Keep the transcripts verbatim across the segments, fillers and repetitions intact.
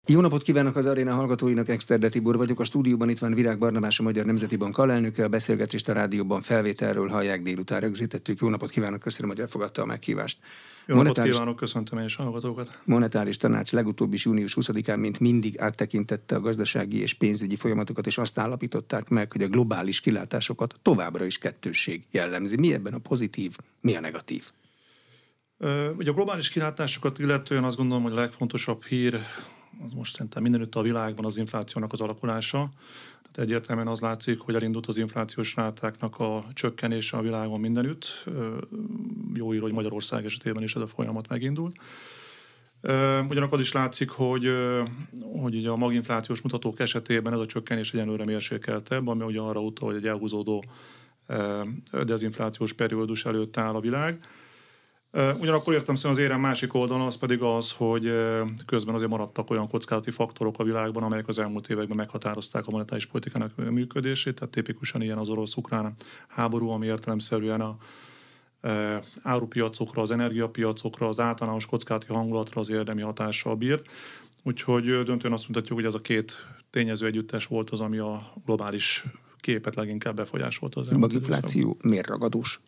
Jó napot kívánok az aréna hallgatóinak, Exterde Tibor vagyok. A stúdióban itt van Virág Barnabás, a Magyar Nemzeti Bank alelnöke, a beszélgetést a rádióban felvételről hallják, délután rögzítettük. Jó napot kívánok, köszönöm, hogy elfogadta a meghívást. Jó Monetáris... napot kívánok, köszöntöm én is a hallgatókat. Monetáris Tanács legutóbb is június huszadikán, mint mindig áttekintette a gazdasági és pénzügyi folyamatokat, és azt állapították meg, hogy a globális kilátásokat továbbra is kettősség jellemzi. Mi ebben a pozitív, mi a negatív? Ugye a globális kilátásokat illetően azt gondolom, hogy a legfontosabb hír az most szerintem mindenütt a világban az inflációnak az alakulása. Tehát egyértelműen az látszik, hogy elindult az inflációs rátáknak a csökkenése a világon mindenütt. Jó ír, hogy Magyarország esetében is ez a folyamat megindult. Ugyanakkor az is látszik, hogy, hogy ugye a maginflációs mutatók esetében ez a csökkenés egyenlőre mérsékeltebb, ami ugye arra utal, hogy egy elhúzódó dezinflációs periódus előtt áll a világ. Ugyanakkor értem szerint az érem másik oldalon az pedig az, hogy közben azért maradtak olyan kockázati faktorok a világban, amelyek az elmúlt években meghatározták a monetáris politikának működését, tehát tipikusan ilyen az orosz-ukrán háború, ami értelemszerűen a árupiacokra, az energiapiacokra, az általános kockázati hangulatra az érdemi hatással bírt. Úgyhogy döntően azt mutatjuk, hogy ez a két tényező együttes volt az, ami a globális képet leginkább befolyásolta. A maginfláció miért ragadós?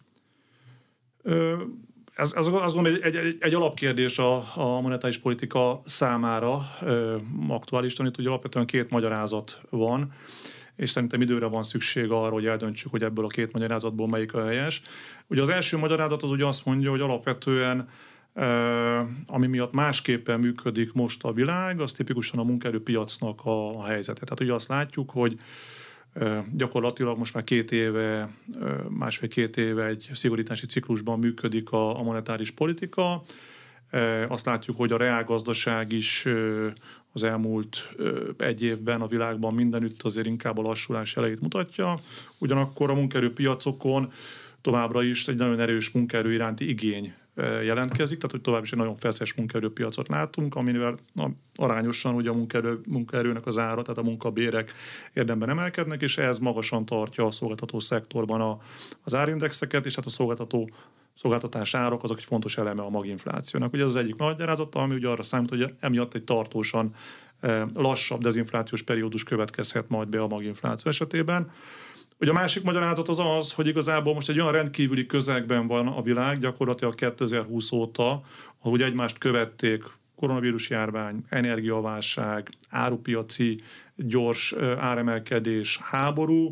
Ö, Ez, ez azt gondolom, egy, egy, egy alapkérdés a, a monetáris politika számára ö, aktuális, tanít, hogy alapvetően két magyarázat van, és szerintem időre van szükség arra, hogy eldöntsük, hogy ebből a két magyarázatból melyik a helyes. Ugye az első magyarázat az ugye azt mondja, hogy alapvetően ö, ami miatt másképpen működik most a világ, az tipikusan a munkaerőpiacnak a, a helyzete. Tehát ugye azt látjuk, hogy gyakorlatilag most már két éve, másfél-két éve egy szigorítási ciklusban működik a, a monetáris politika. Azt látjuk, hogy a reálgazdaság is az elmúlt egy évben a világban mindenütt azért inkább a lassulás jeleit mutatja. Ugyanakkor a munkaerőpiacokon továbbra is egy nagyon erős munkaerő iránti igény jelentkezik, tehát hogy tovább is egy nagyon feszes munkaerőpiacot látunk, amivel na, arányosan ugye a munkaerő, munkaerőnek az ára, tehát a munkabérek érdemben emelkednek, és ez magasan tartja a szolgáltató szektorban a, az árindexeket, és hát a szolgáltató szolgáltatás árak azok egy fontos eleme a maginflációnak. Ugye ez az egyik magyarázata, ami ugye arra számít, hogy emiatt egy tartósan lassabb dezinflációs periódus következhet majd be a maginfláció esetében. Ugye a másik magyarázat az az, hogy igazából most egy olyan rendkívüli közegben van a világ, gyakorlatilag kétezer-húsz óta, ahol ugye egymást követték koronavírus járvány, energiaválság, árupiaci gyors áremelkedés, háború,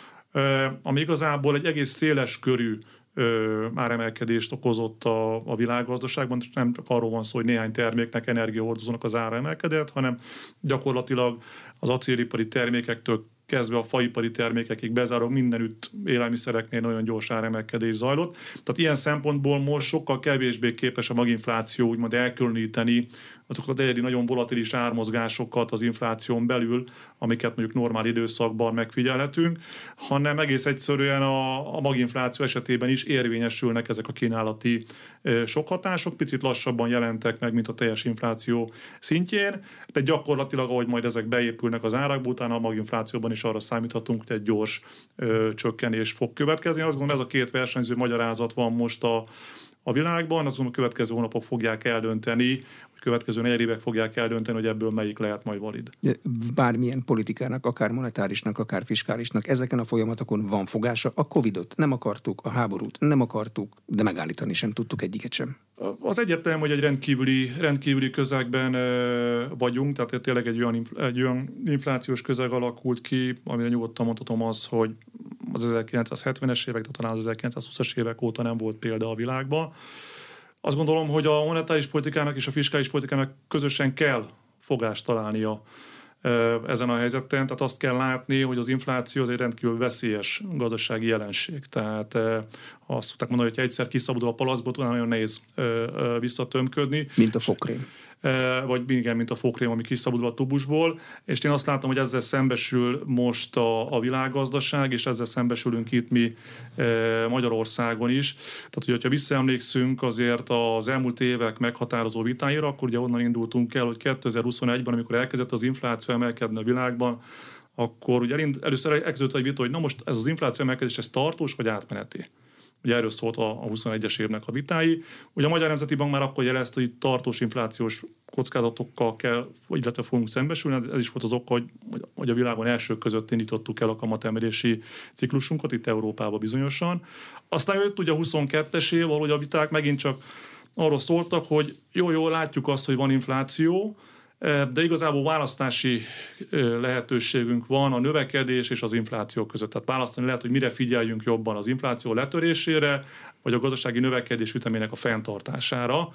ami igazából egy egész széles körű áremelkedést okozott a, a világgazdaságban, és nem csak arról van szó, hogy néhány terméknek, energiahordozónak az ára emelkedett, hanem gyakorlatilag az acélipari termékektől kezdve a faipari termékekig bezáró mindenütt élelmiszereknél nagyon gyors áremelkedés zajlott. Tehát ilyen szempontból most sokkal kevésbé képes a maginfláció úgymond elkülöníteni azokat az egyedi nagyon volatilis ármozgásokat az infláción belül, amiket mondjuk normál időszakban megfigyelhetünk, hanem egész egyszerűen a, a maginfláció esetében is érvényesülnek ezek a kínálati e, sokhatások, picit lassabban jelentek meg, mint a teljes infláció szintjén, de gyakorlatilag, ahogy majd ezek beépülnek az árakba, utána a maginflációban is arra számíthatunk, hogy egy gyors ö, csökkenés fog következni. Azt gondolom, ez a két versenyző magyarázat van most a, a világban, azon a következő hónapok fogják eldönteni, hogy következő negyedévek fogják eldönteni, hogy ebből melyik lehet majd valid. Bármilyen politikának, akár monetárisnak, akár fiskálisnak, ezeken a folyamatokon van fogása. A Covidot nem akartuk, a háborút nem akartuk, de megállítani sem tudtuk egyiket sem. Az egyértelmű, hogy egy rendkívüli, rendkívüli közegben vagyunk, tehát tényleg egy olyan, egy olyan inflációs közeg alakult ki, amire nyugodtan mondhatom az, hogy az ezerkilencszázhetvenes évek, de talán az ezerkilencszázhúszas évek óta nem volt példa a világban. Azt gondolom, hogy a monetáris politikának és a fiskális politikának közösen kell fogást találnia ezen a helyzeten. Tehát azt kell látni, hogy az infláció az egy rendkívül veszélyes gazdasági jelenség. Tehát azt szokták mondani, hogy egyszer kiszabadul a palacból, utána nagyon nehéz visszatömködni. Mint a fokrém. Vagy igen, mint a fokrém, ami kiszabadul a tubusból, és én azt látom, hogy ezzel szembesül most a, a világgazdaság, és ezzel szembesülünk itt mi e, Magyarországon is. Tehát, hogy ha visszaemlékszünk azért az elmúlt évek meghatározó vitáira, akkor ugye onnan indultunk el, hogy kétezer-huszonegyben, amikor elkezdett az infláció emelkedni a világban, akkor ugye először elkezdődött egy vita, hogy na most ez az infláció emelkedés, ez tartós vagy átmeneti. ugye erről szólt a, a huszonegyes évnek a vitái. Ugye a Magyar Nemzeti Bank már akkor jelezte, hogy tartós inflációs kockázatokkal kell, illetve fogunk szembesülni. Ez, ez is volt az oka, hogy, hogy a világon elsők között indítottuk el a kamatemelési ciklusunkat, itt Európában bizonyosan. Aztán jött ugye a huszonkettes év, ahol a viták megint csak arról szóltak, hogy jó-jó, látjuk azt, hogy van infláció, de igazából választási lehetőségünk van a növekedés és az infláció között. Tehát választani lehet, hogy mire figyeljünk jobban, az infláció letörésére, vagy a gazdasági növekedés ütemének a fenntartására.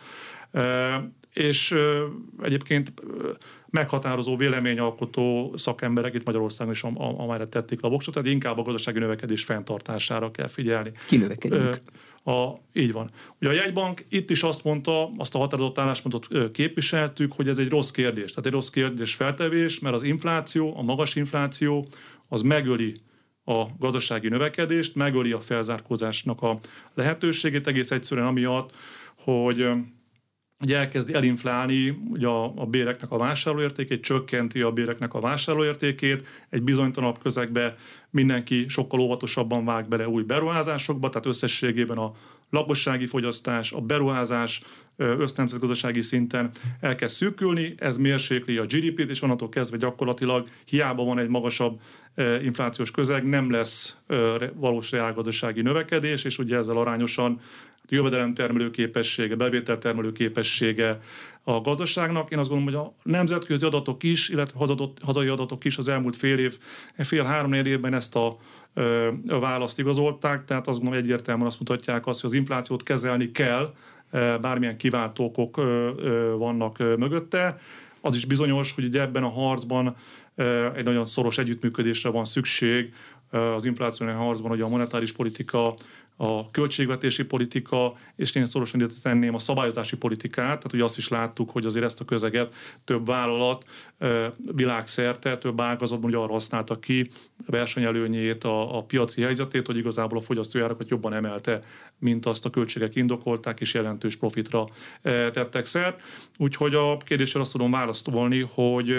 És egyébként meghatározó véleményalkotó szakemberek itt Magyarországon is amelyre tették a voksot, tehát inkább a gazdasági növekedés fenntartására kell figyelni. Ki növekedjük? A, így van. Ugye a jegybank itt is azt mondta, azt a határozott álláspontot képviseltük, hogy ez egy rossz kérdés. Tehát egy rossz kérdés feltevés, mert az infláció, a magas infláció, az megöli a gazdasági növekedést, megöli a felzárkózásnak a lehetőségét, egész egyszerűen amiatt, hogy ugye elkezdi elinflálni ugye a, a béreknek a vásárlóértékét, csökkenti a béreknek a vásárlóértékét, egy bizonytalanabb közegbe mindenki sokkal óvatosabban vág bele új beruházásokba, tehát összességében a lakossági fogyasztás, a beruházás össznemzetgazdasági szinten elkezd szűkülni, ez mérsékli a gé dé pét, és onnantól kezdve gyakorlatilag hiába van egy magasabb inflációs közeg, nem lesz valós reálgazdasági növekedés, és ugye ezzel arányosan jövedelemtermelő képessége, bevételtermelő képessége a gazdaságnak. Én azt gondolom, hogy a nemzetközi adatok is, illetve hazai adatok is az elmúlt fél év, fél-három-négy évben ezt a, a választ igazolták, tehát azt gondolom, egyértelműen azt mutatják azt, hogy az inflációt kezelni kell, bármilyen kiváltó okok vannak mögötte. Az is bizonyos, hogy ugye ebben a harcban egy nagyon szoros együttműködésre van szükség, az inflációnál harcban, hogy a monetáris politika, a költségvetési politika, és én szorosan ide tenném a szabályozási politikát, tehát ugye azt is láttuk, hogy azért ezt a közeget több vállalat világszerte, több ágazatban ugye arra használta ki a versenyelőnyét, a, a piaci helyzetét, hogy igazából a fogyasztójárakat jobban emelte, mint azt a költségek indokolták, és jelentős profitra tettek szert. Úgyhogy a kérdésre azt tudom válaszolni, hogy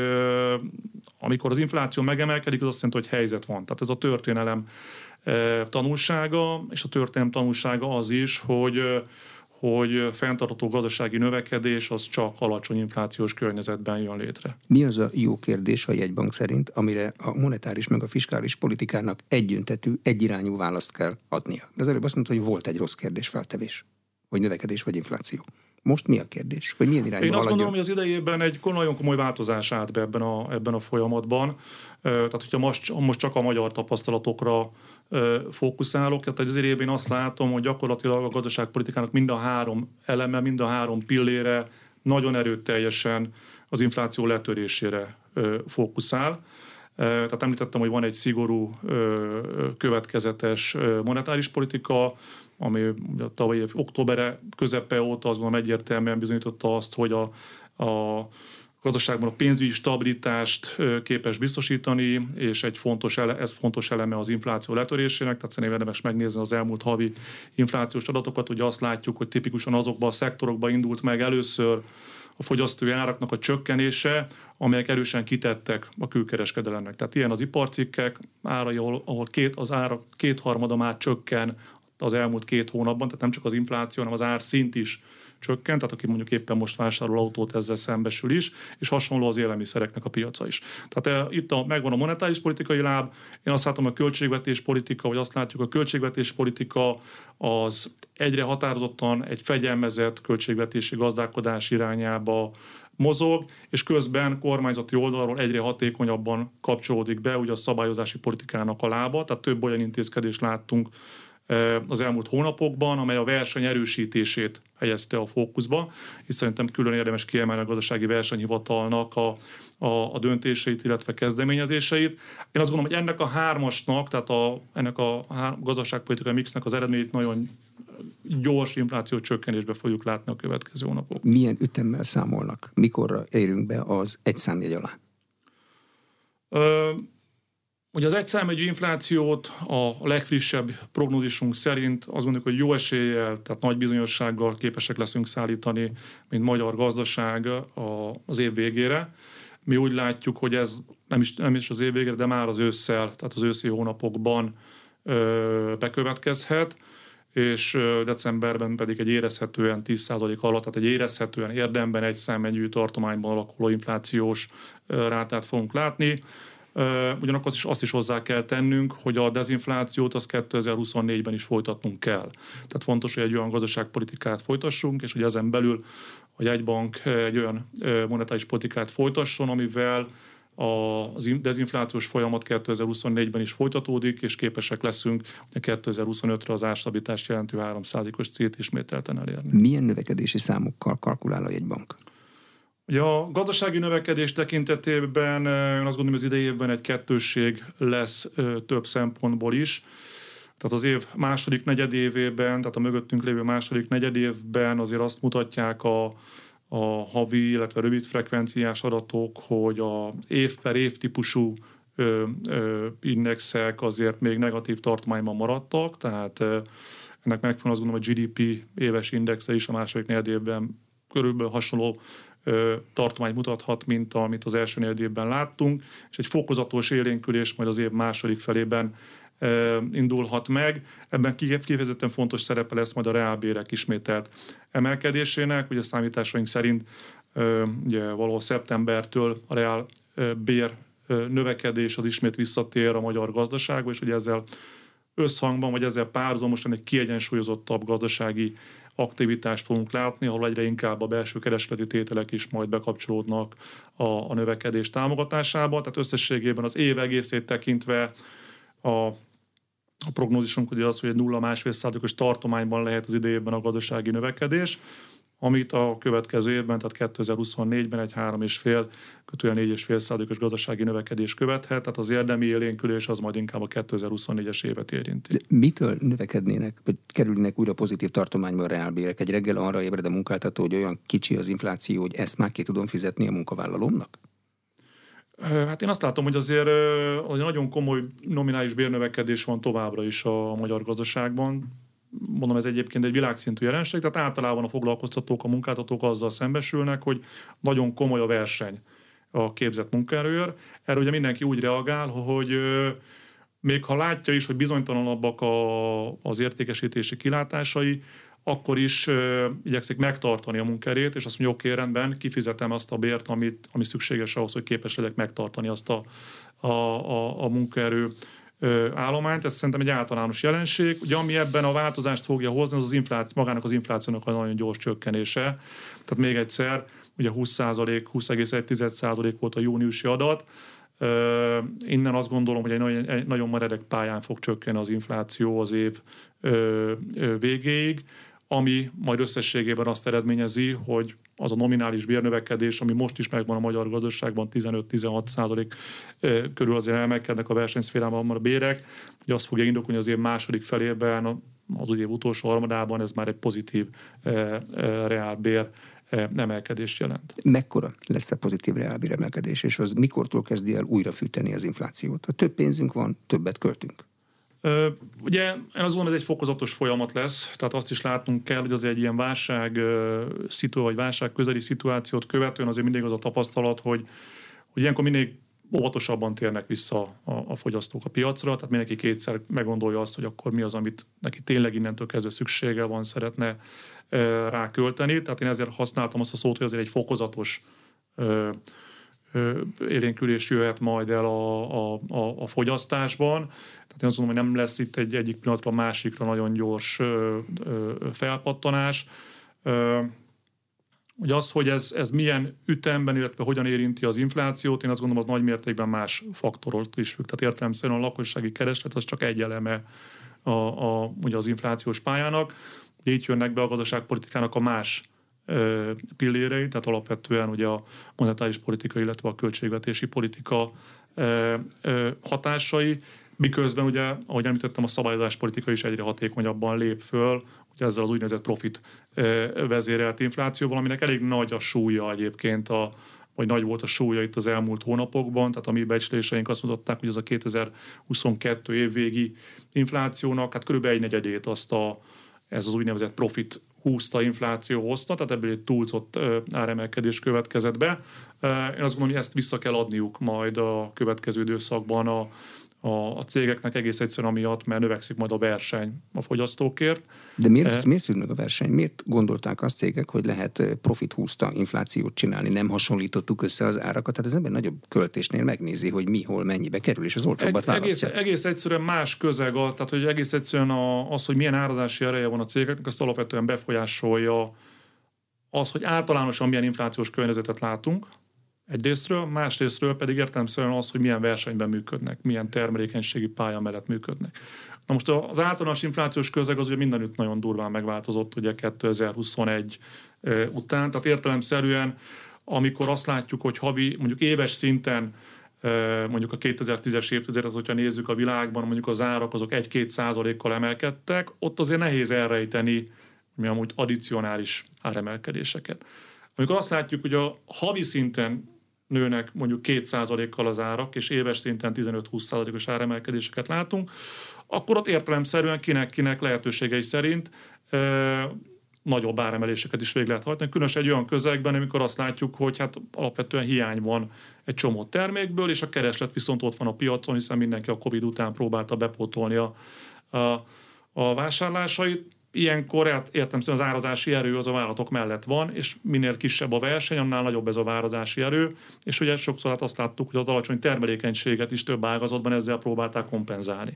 amikor az infláció megemelkedik, az azt jelenti, hogy helyzet van. Tehát ez a történelem tanulsága, és a történelem tanulsága az is, hogy, hogy fenntartható gazdasági növekedés az csak alacsony inflációs környezetben jön létre. Mi az a jó kérdés a jegybank szerint, amire a monetáris meg a fiskális politikának egyöntetű, egyirányú választ kell adnia? Az előbb azt mondta, hogy volt egy rossz kérdésfeltevés, hogy növekedés vagy infláció. Most mi a kérdés? Hogy milyen irányba Én azt haladjon? gondolom, hogy az idejében egy nagyon komoly változás állt be ebben a, ebben a folyamatban. Tehát, hogyha most, most csak a magyar tapasztalatokra fókuszálok, tehát az idejében én azt látom, hogy gyakorlatilag a gazdaságpolitikának mind a három eleme, mind a három pillére nagyon erőteljesen az infláció letörésére fókuszál. Tehát említettem, hogy van egy szigorú, következetes monetáris politika, ami a tavalyi év októbere közepe óta azt gondolom egyértelműen bizonyította azt, hogy a, a gazdaságban a pénzügyi stabilitást képes biztosítani, és egy fontos ele, ez fontos eleme az infláció letörésének, tehát szerintem érdemes megnézni az elmúlt havi inflációs adatokat, ugye azt látjuk, hogy tipikusan azokban a szektorokban indult meg először a fogyasztói áraknak a csökkenése, amelyek erősen kitettek a külkereskedelemnek. Tehát ilyen az iparcikkek árai, ahol, ahol két, az árak kétharmada már csökken az elmúlt két hónapban, tehát nem csak az infláció, hanem az árszint is csökkent, tehát aki mondjuk éppen most vásárol autót, ezzel szembesül is, és hasonló az élelmiszereknek a piaca is. Tehát e, itt a, megvan a monetáris politikai láb, én azt látom, a költségvetés politika, vagy azt látjuk, a költségvetés politika az egyre határozottan egy fegyelmezett költségvetési gazdálkodás irányába mozog, és közben kormányzati oldalról egyre hatékonyabban kapcsolódik be ugye a szabályozási politikának a lába, tehát több olyan intézkedést láttunk az elmúlt hónapokban, amely a verseny erősítését helyezte a fókuszba. Itt szerintem külön érdemes kiemelni a gazdasági versenyhivatalnak a, a, a döntéseit, illetve kezdeményezéseit. Én azt gondolom, hogy ennek a hármasnak, tehát a, ennek a hár, gazdaságpolitikai mixnek az eredményét nagyon gyors infláció csökkenésbe fogjuk látni a következő hónapok. Milyen ütemmel számolnak? Mikorra érünk be az egy számjegy alá? Ö, Ugye az egyszámjegyű inflációt a legfrissebb prognózisunk szerint azt gondoljuk, hogy jó eséllyel, tehát nagy bizonyossággal képesek leszünk szállítani, mint magyar gazdaság az év végére. Mi úgy látjuk, hogy ez nem is, nem is az év végére, de már az ősszel, tehát az őszi hónapokban ö, bekövetkezhet, és decemberben pedig egy érezhetően tíz százalék alatt, tehát egy érezhetően érdemben egy számjegyű tartományban alakuló inflációs rátát fogunk látni. Ugyanakkor azt is, azt is hozzá kell tennünk, hogy a dezinflációt az kétezer-huszonnégyben is folytatnunk kell. Tehát fontos, hogy egy olyan gazdaságpolitikát folytassunk, és hogy ezen belül a jegybank egy olyan monetáris politikát folytasson, amivel a dezinflációs folyamat kétezer-huszonnégyben is folytatódik, és képesek leszünk kétezer-huszonötre az árstabilitást jelentő három százalékos célt ismételten elérni. Milyen növekedési számokkal kalkulál a jegybank? Ugye a gazdasági növekedés tekintetében én azt gondolom, hogy az idei évben egy kettősség lesz több szempontból is. Tehát az év második negyedévében, tehát a mögöttünk lévő második negyedévben azért azt mutatják a, a havi, illetve rövid frekvenciás adatok, hogy a év per év típusú ö, ö, indexek azért még negatív tartományban maradtak, tehát ö, ennek megfelelően azt gondolom, hogy gé dé pé éves indexe is a második negyedévben körülbelül hasonló tartomány mutathat, mint amit az első negyedévben láttunk, és egy fokozatos élénkülés majd az év második felében indulhat meg. Ebben kifejezetten fontos szerepe lesz majd a reálbérek ismételt emelkedésének. Ugye számításaink szerint ugye valahol szeptembertől a reál bér növekedés az ismét visszatér a magyar gazdaságba, és ugye ezzel összhangban, vagy ezzel párhuzamosan egy kiegyensúlyozottabb gazdasági aktivitást fogunk látni, ahol egyre inkább a belső keresleti tételek is majd bekapcsolódnak a, a növekedés támogatásába. Tehát összességében az év egészét tekintve a, a prognózisunk ugye az, hogy egy nulla-másfél százalékos tartományban lehet az idejében a gazdasági növekedés, amit a következő évben, tehát kétezer-huszonnégyben egy három és fél, kötően négy és fél százalékos gazdasági növekedés követhet, tehát az érdemi élénkülés az majd inkább a kétezer-huszonnégyes évet érinti. De mitől növekednének, vagy kerülnének újra pozitív tartományban a reálbérek? Egy reggel arra ébred a munkáltató, hogy olyan kicsi az infláció, hogy ezt már ki tudom fizetni a munkavállalómnak? Hát én azt látom, hogy azért hogy nagyon komoly nominális bérnövekedés van továbbra is a magyar gazdaságban. Mondom, ez egyébként egy világszintű jelenség, tehát általában a foglalkoztatók, a munkáltatók azzal szembesülnek, hogy nagyon komoly a verseny a képzett munkaerőért. Erre ugye mindenki úgy reagál, hogy még ha látja is, hogy bizonytalanabbak a, az értékesítési kilátásai, akkor is uh, igyekszik megtartani a munkaerőt, és azt mondja, oké, okay, rendben, kifizetem azt a bért, amit, ami szükséges ahhoz, hogy képes legyek megtartani azt a, a, a, a munkaerő uh, állományt. Ez szerintem egy általános jelenség. Ugye, ami ebben a változást fogja hozni, az, az infláció, magának az inflációnak a nagyon gyors csökkenése. Tehát még egyszer, ugye húsz százalék, húsz egész egy százalék volt a júniusi adat. Uh, innen azt gondolom, hogy egy nagyon, egy nagyon meredek pályán fog csökkenni az infláció az év uh, uh, végéig, ami majd összességében azt eredményezi, hogy az a nominális bérnövekedés, ami most is megvan a magyar gazdaságban, tizenöt-tizenhat százalék körül azért emelkednek a versenyszférában a bérek, hogy azt fogja indokolni az év második felében, az év utolsó harmadában ez már egy pozitív reálbér emelkedést jelent. Mekkora lesz a pozitív reálbér emelkedés, és az mikortól kezdi el újra fűteni az inflációt? Ha több pénzünk van, többet költünk. Uh, ugye én azt gondolom, hogy ez egy fokozatos folyamat lesz, tehát azt is látnunk kell, hogy azért egy ilyen válság uh, szitu, vagy válság közeli szituációt követően azért mindig az a tapasztalat, hogy, hogy ilyenkor mindig óvatosabban térnek vissza a, a fogyasztók a piacra, tehát mindenki kétszer meggondolja azt, hogy akkor mi az, amit neki tényleg innentől kezdve szüksége van, szeretne uh, rá költeni. Tehát én ezért használtam azt a szót, hogy azért egy fokozatos uh, élénkülés jöhet majd el a, a, a, a fogyasztásban. Tehát én azt mondom, hogy nem lesz itt egy egyik pillanatra a másikra nagyon gyors ö, ö, felpattanás. Ö, ugye az, hogy ez, ez milyen ütemben, illetve hogyan érinti az inflációt, én azt gondolom, az nagy mértékben más faktorról is függ. Tehát értelemszerűen a lakossági kereslet az csak egy eleme a, a, ugye az inflációs pályának. Ugye itt jönnek be a gazdaságpolitikának a más pillérei, tehát alapvetően ugye a monetáris politika, illetve a költségvetési politika hatásai, miközben ugye, ahogy említettem, a szabályozáspolitika is egyre hatékonyabban lép föl, ugye ezzel az úgynevezett profit vezérelt inflációval, aminek elég nagy a súlya egyébként, a, vagy nagy volt a súlya itt az elmúlt hónapokban, tehát a mi becsléseink azt mutatták, hogy az a kétezer-huszonkettő évvégi inflációnak, hát körülbelül egy negyedét azt a, ez az úgynevezett profit húzta, infláció hozta, tehát ebből egy túlzott áremelkedés következett be. Én azt gondolom, hogy ezt vissza kell adniuk majd a következő időszakban a, a, a cégeknek egész egyszerűen amiatt, mert növekszik majd a verseny a fogyasztókért. De miért, e... miért szűnt meg a verseny? Miért gondolták azt cégek, hogy lehet profit húzta inflációt csinálni? Nem hasonlítottuk össze az árakat? Tehát az ember nagyobb költésnél megnézi, hogy mi, hol, mennyibe kerül, és az olcsóbbat választja. Egész, egész egyszerűen más közeg, tehát hogy egész egyszerűen az, hogy milyen árazási ereje van a cégeknek, azt alapvetően befolyásolja az, hogy általánosan milyen inflációs környezetet látunk, egyrésztről, másrésztről pedig értelemszerűen az, hogy milyen versenyben működnek, milyen termelékenységi pálya mellett működnek. Na most az általános inflációs közeg az ugye mindenütt nagyon durván megváltozott ugye kétezer-huszonegy után, tehát értelemszerűen, amikor azt látjuk, hogy havi, mondjuk éves szinten, mondjuk a kétezer-tízes évtizedet, hogyha nézzük a világban, mondjuk az árak azok egy-két százalékkal emelkedtek, ott azért nehéz elrejteni, mi amúgy addicionális áremelkedéseket. Amikor azt látjuk, hogy a havi szinten nőnek mondjuk két százalékkal az árak, és éves szinten tizenöt-húsz százalékos áremelkedéseket látunk, akkor ott értelemszerűen kinek-kinek lehetőségei szerint e, nagyobb áremeléseket is végig lehet hajtani. Különösen egy olyan közegben, amikor azt látjuk, hogy hát alapvetően hiány van egy csomó termékből, és a kereslet viszont ott van a piacon, hiszen mindenki a Covid után próbálta bepótolni a, a, a vásárlásait. Ilyenkor értelemszerűen az árazási erő az a vállalatok mellett van, és minél kisebb a verseny, annál nagyobb ez a árazási erő, és ugye sokszor hát azt láttuk, hogy az alacsony termelékenységet is több ágazatban ezzel próbálták kompenzálni.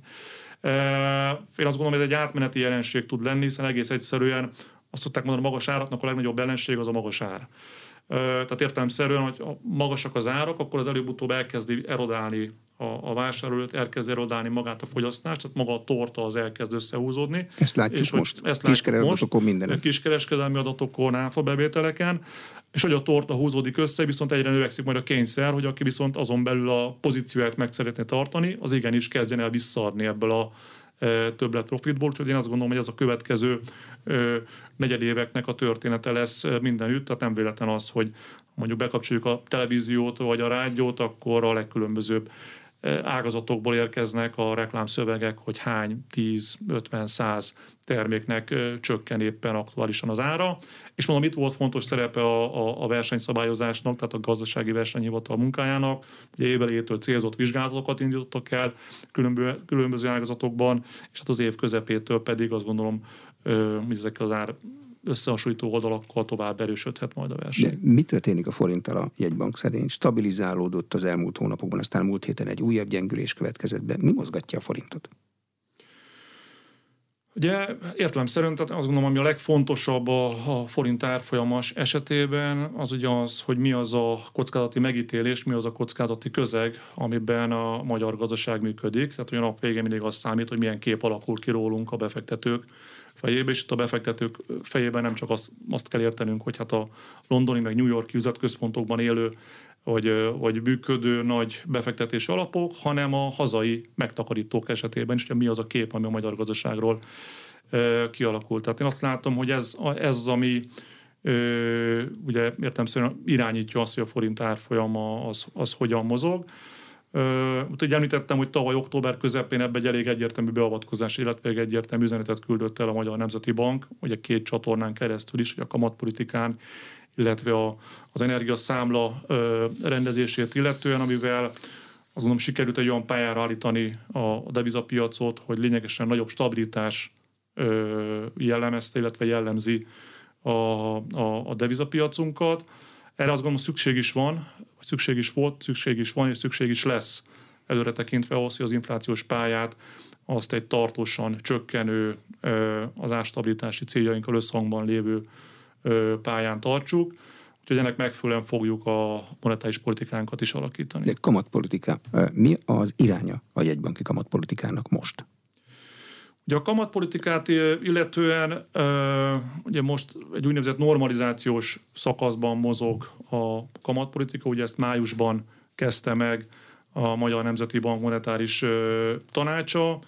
Én azt gondolom, hogy ez egy átmeneti jelenség tud lenni, hiszen egész egyszerűen azt szokták mondani, a magas áraknak a legnagyobb ellenség az a magas ár. Tehát értelemszerűen, hogy magasak az árak, akkor az előbb-utóbb elkezdi erodálni a, a vásárolót, elkezd erodálni magát a fogyasztást, tehát maga a torta az elkezd összehúzódni. Ezt látjuk és most, ezt kiskereskedelmi adatokon mindenek. Kiskereskedelmi adatokon, áfa bevételeken, és hogy a torta húzódik össze, viszont egyre növekszik majd a kényszer, hogy aki viszont azon belül a pozícióját meg szeretné tartani, az igenis kezdjen el visszaadni ebből a többlet profitból, úgyhogy én azt gondolom, hogy ez a következő ö, negyedéveknek a története lesz mindenütt, tehát nem véletlen az, hogy mondjuk bekapcsoljuk a televíziót vagy a rádiót, akkor a legkülönbözőbb ágazatokból érkeznek a reklámszövegek, hogy hány tíz, ötven, száz terméknek csökken éppen aktuálisan az ára. És mondom, itt volt fontos szerepe a, a, a versenyszabályozásnak, tehát a gazdasági versenyhivatal munkájának. Ugye évelejétől célzott vizsgálatokat indítottak el különböző, különböző ágazatokban, és hát az év közepétől pedig azt gondolom, hogy ezek az ár összehasonlító oldalakkal tovább erősödhet majd a verseny. De mi történik a forinttal a jegybank szerint? Stabilizálódott az elmúlt hónapokban, aztán múlt héten egy újabb gyengülés következett be. Mi mozgatja a forintot? Ugye értelemszerűen, tehát azt gondolom, ami a legfontosabb a, a forint árfolyamas esetében, az ugye az, hogy mi az a kockázati megítélés, mi az a kockázati közeg, amiben a magyar gazdaság működik. Tehát olyan nap végén mindig az számít, hogy milyen kép alakul ki rólunk a befektetők fejében, és itt a befektetők fejében nem csak azt, azt kell értenünk, hogy hát a londoni meg New York üzletközpontokban élő vagy, vagy működő nagy befektetési alapok, hanem a hazai megtakarítók esetében is, hogy mi az a kép, ami a magyar gazdaságról e, kialakult. Tehát én azt látom, hogy ez, ez az, ami e, ugye értelemszerűen irányítja azt, hogy a forint árfolyama az, az hogyan mozog. Úgyhogy említettem, hogy tavaly október közepén ebbe egy elég egyértelmű beavatkozás, illetve egy egyértelmű üzenetet küldött el a Magyar Nemzeti Bank, ugye két csatornán keresztül is, hogy a kamatpolitikán, illetve a, az energiaszámla ö, rendezését illetően, amivel azt gondolom sikerült egy olyan pályára állítani a devizapiacot, hogy lényegesen nagyobb stabilitás ö, jellemezte, illetve jellemzi a, a, a devizapiacunkat. Erre azt gondolom szükség is van, vagy szükség is volt, szükség is van, és szükség is lesz előre tekintve ahhoz, hogy az inflációs pályát azt egy tartósan csökkenő, az árstabilitási céljainkkal összhangban lévő pályán tartsuk. Úgyhogy ennek megfelelően fogjuk a monetáris politikánkat is alakítani. De kamatpolitika, mi az iránya a jegybanki kamatpolitikának most? Ugye a kamatpolitikát illetően ugye most egy úgynevezett normalizációs szakaszban mozog a kamatpolitika, ugye ezt májusban kezdte meg a Magyar Nemzeti Bank monetáris tanácsa.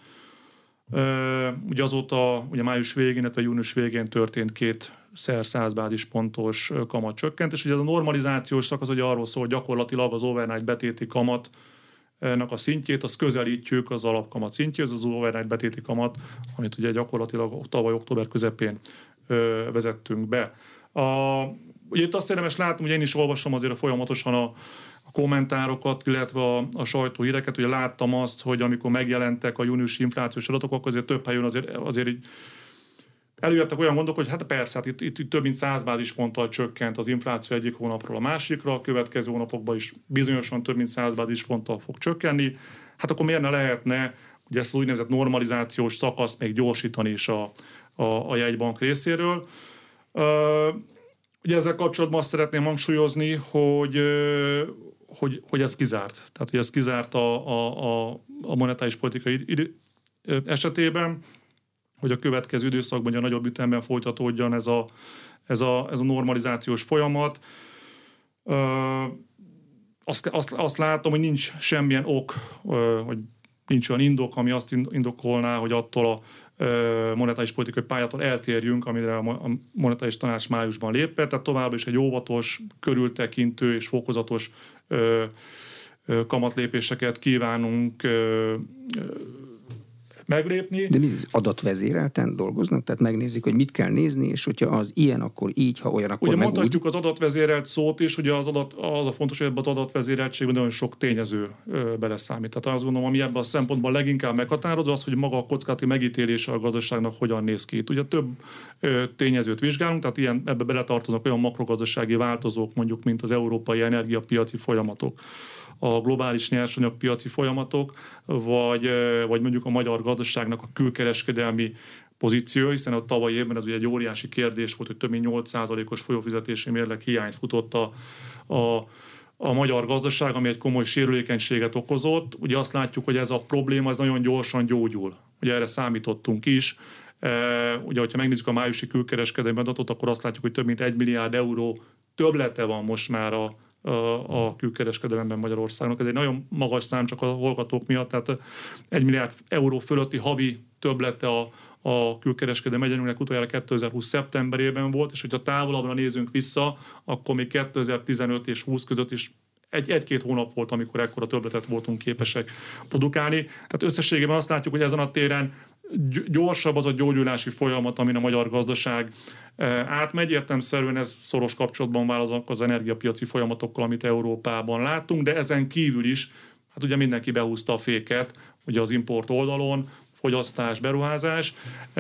Ugye azóta ugye május végén, illetve június végén történt két szer száz bázispontos kamatcsökkentés. Ugye ez a normalizációs szakasz ugye arról szól, hogy gyakorlatilag az overnight betéti kamat a szintjét, azt közelítjük az alapkamat szintjéhez, az overnight betéti kamat, amit ugye gyakorlatilag tavaly október közepén ö, vezettünk be. A, ugye itt azt érdemes látni, hogy én is olvasom azért folyamatosan a, a kommentárokat, illetve a, a sajtóhíreket. Ugye láttam azt, hogy amikor megjelentek a júniusi inflációs adatok, akkor azért több helyen azért, azért így előjöttek olyan gondok, hogy hát persze, hát itt, itt, itt több mint száz bázisponttal csökkent az infláció egyik hónapról a másikra, a következő hónapokban is bizonyosan több mint száz bázisponttal fog csökkenni. Hát akkor miért ne lehetne ugye ezt az úgynevezett normalizációs szakaszt még gyorsítani is a, a, a jegybank részéről. Uh, ugye ezzel kapcsolatban azt szeretném hangsúlyozni, hogy, hogy, hogy ez kizárt. Tehát, hogy ez kizárt a, a, a monetáris politikai idő esetében, hogy a következő időszakban a nagyobb ütemben folytatódjon ez a, ez a, ez a normalizációs folyamat. Uh, azt, azt, azt látom, hogy nincs semmilyen ok, uh, hogy nincs olyan indok, ami azt indokolná, hogy attól a uh, monetáris politikai pályától eltérjünk, amire a monetáris tanács májusban lépett, tehát továbbra is egy óvatos, körültekintő és fokozatos uh, uh, kamatlépéseket kívánunk uh, uh, meglépni. De mi adatvezérelten dolgoznak? Tehát megnézik, hogy mit kell nézni, és hogyha az ilyen, akkor így, ha olyan, akkor ugye meg mondhatjuk úgy. Az adatvezérelt szót is, ugye az, adat, az a fontos, hogy ebben az adatvezéreltségben nagyon sok tényező ö, beleszámít. Tehát azt gondolom, ami ebben a szempontból leginkább meghatározó, az, hogy maga a kockázati megítélése a gazdaságnak hogyan néz ki. Itt ugye több ö, tényezőt vizsgálunk, tehát ilyen, ebbe beletartoznak olyan makrogazdasági változók, mondjuk, mint az európai energiapiaci folyamatok, a globális nyersanyagpiaci folyamatok, vagy, vagy mondjuk a magyar gazdaságnak a külkereskedelmi pozíció, hiszen a tavalyi évben ez ugye egy óriási kérdés volt, hogy több mint nyolc százalékos folyófizetési mérleg hiányt futott a, a, a magyar gazdaság, ami egy komoly sérülékenységet okozott. Ugye azt látjuk, hogy ez a probléma ez nagyon gyorsan gyógyul. Ugye erre számítottunk is. E, ugye, hogyha megnézzük a májusi külkereskedelmi adatot, akkor azt látjuk, hogy több mint egy milliárd euró többlete van most már a a, a külkereskedelemben Magyarországnak. Ez egy nagyon magas szám csak a hallgatók miatt, tehát egy milliárd euró fölötti havi többlete a, a külkereskedelem egyenlőnek utoljára kétezer-húsz szeptemberében volt, és hogyha távolabbra nézünk vissza, akkor még kétezer-tizenöt és húsz között is egy, egy-két hónap volt, amikor ekkora többletet voltunk képesek produkálni. Tehát összességében azt látjuk, hogy ezen a téren gyorsabb az a gyógyulási folyamat, amin a magyar gazdaság átmegy. Értelemszerűen ez szoros kapcsolatban áll az energiapiaci folyamatokkal, amit Európában látunk, de ezen kívül is, hát ugye mindenki behúzta a féket, ugye az import oldalon, fogyasztás, beruházás,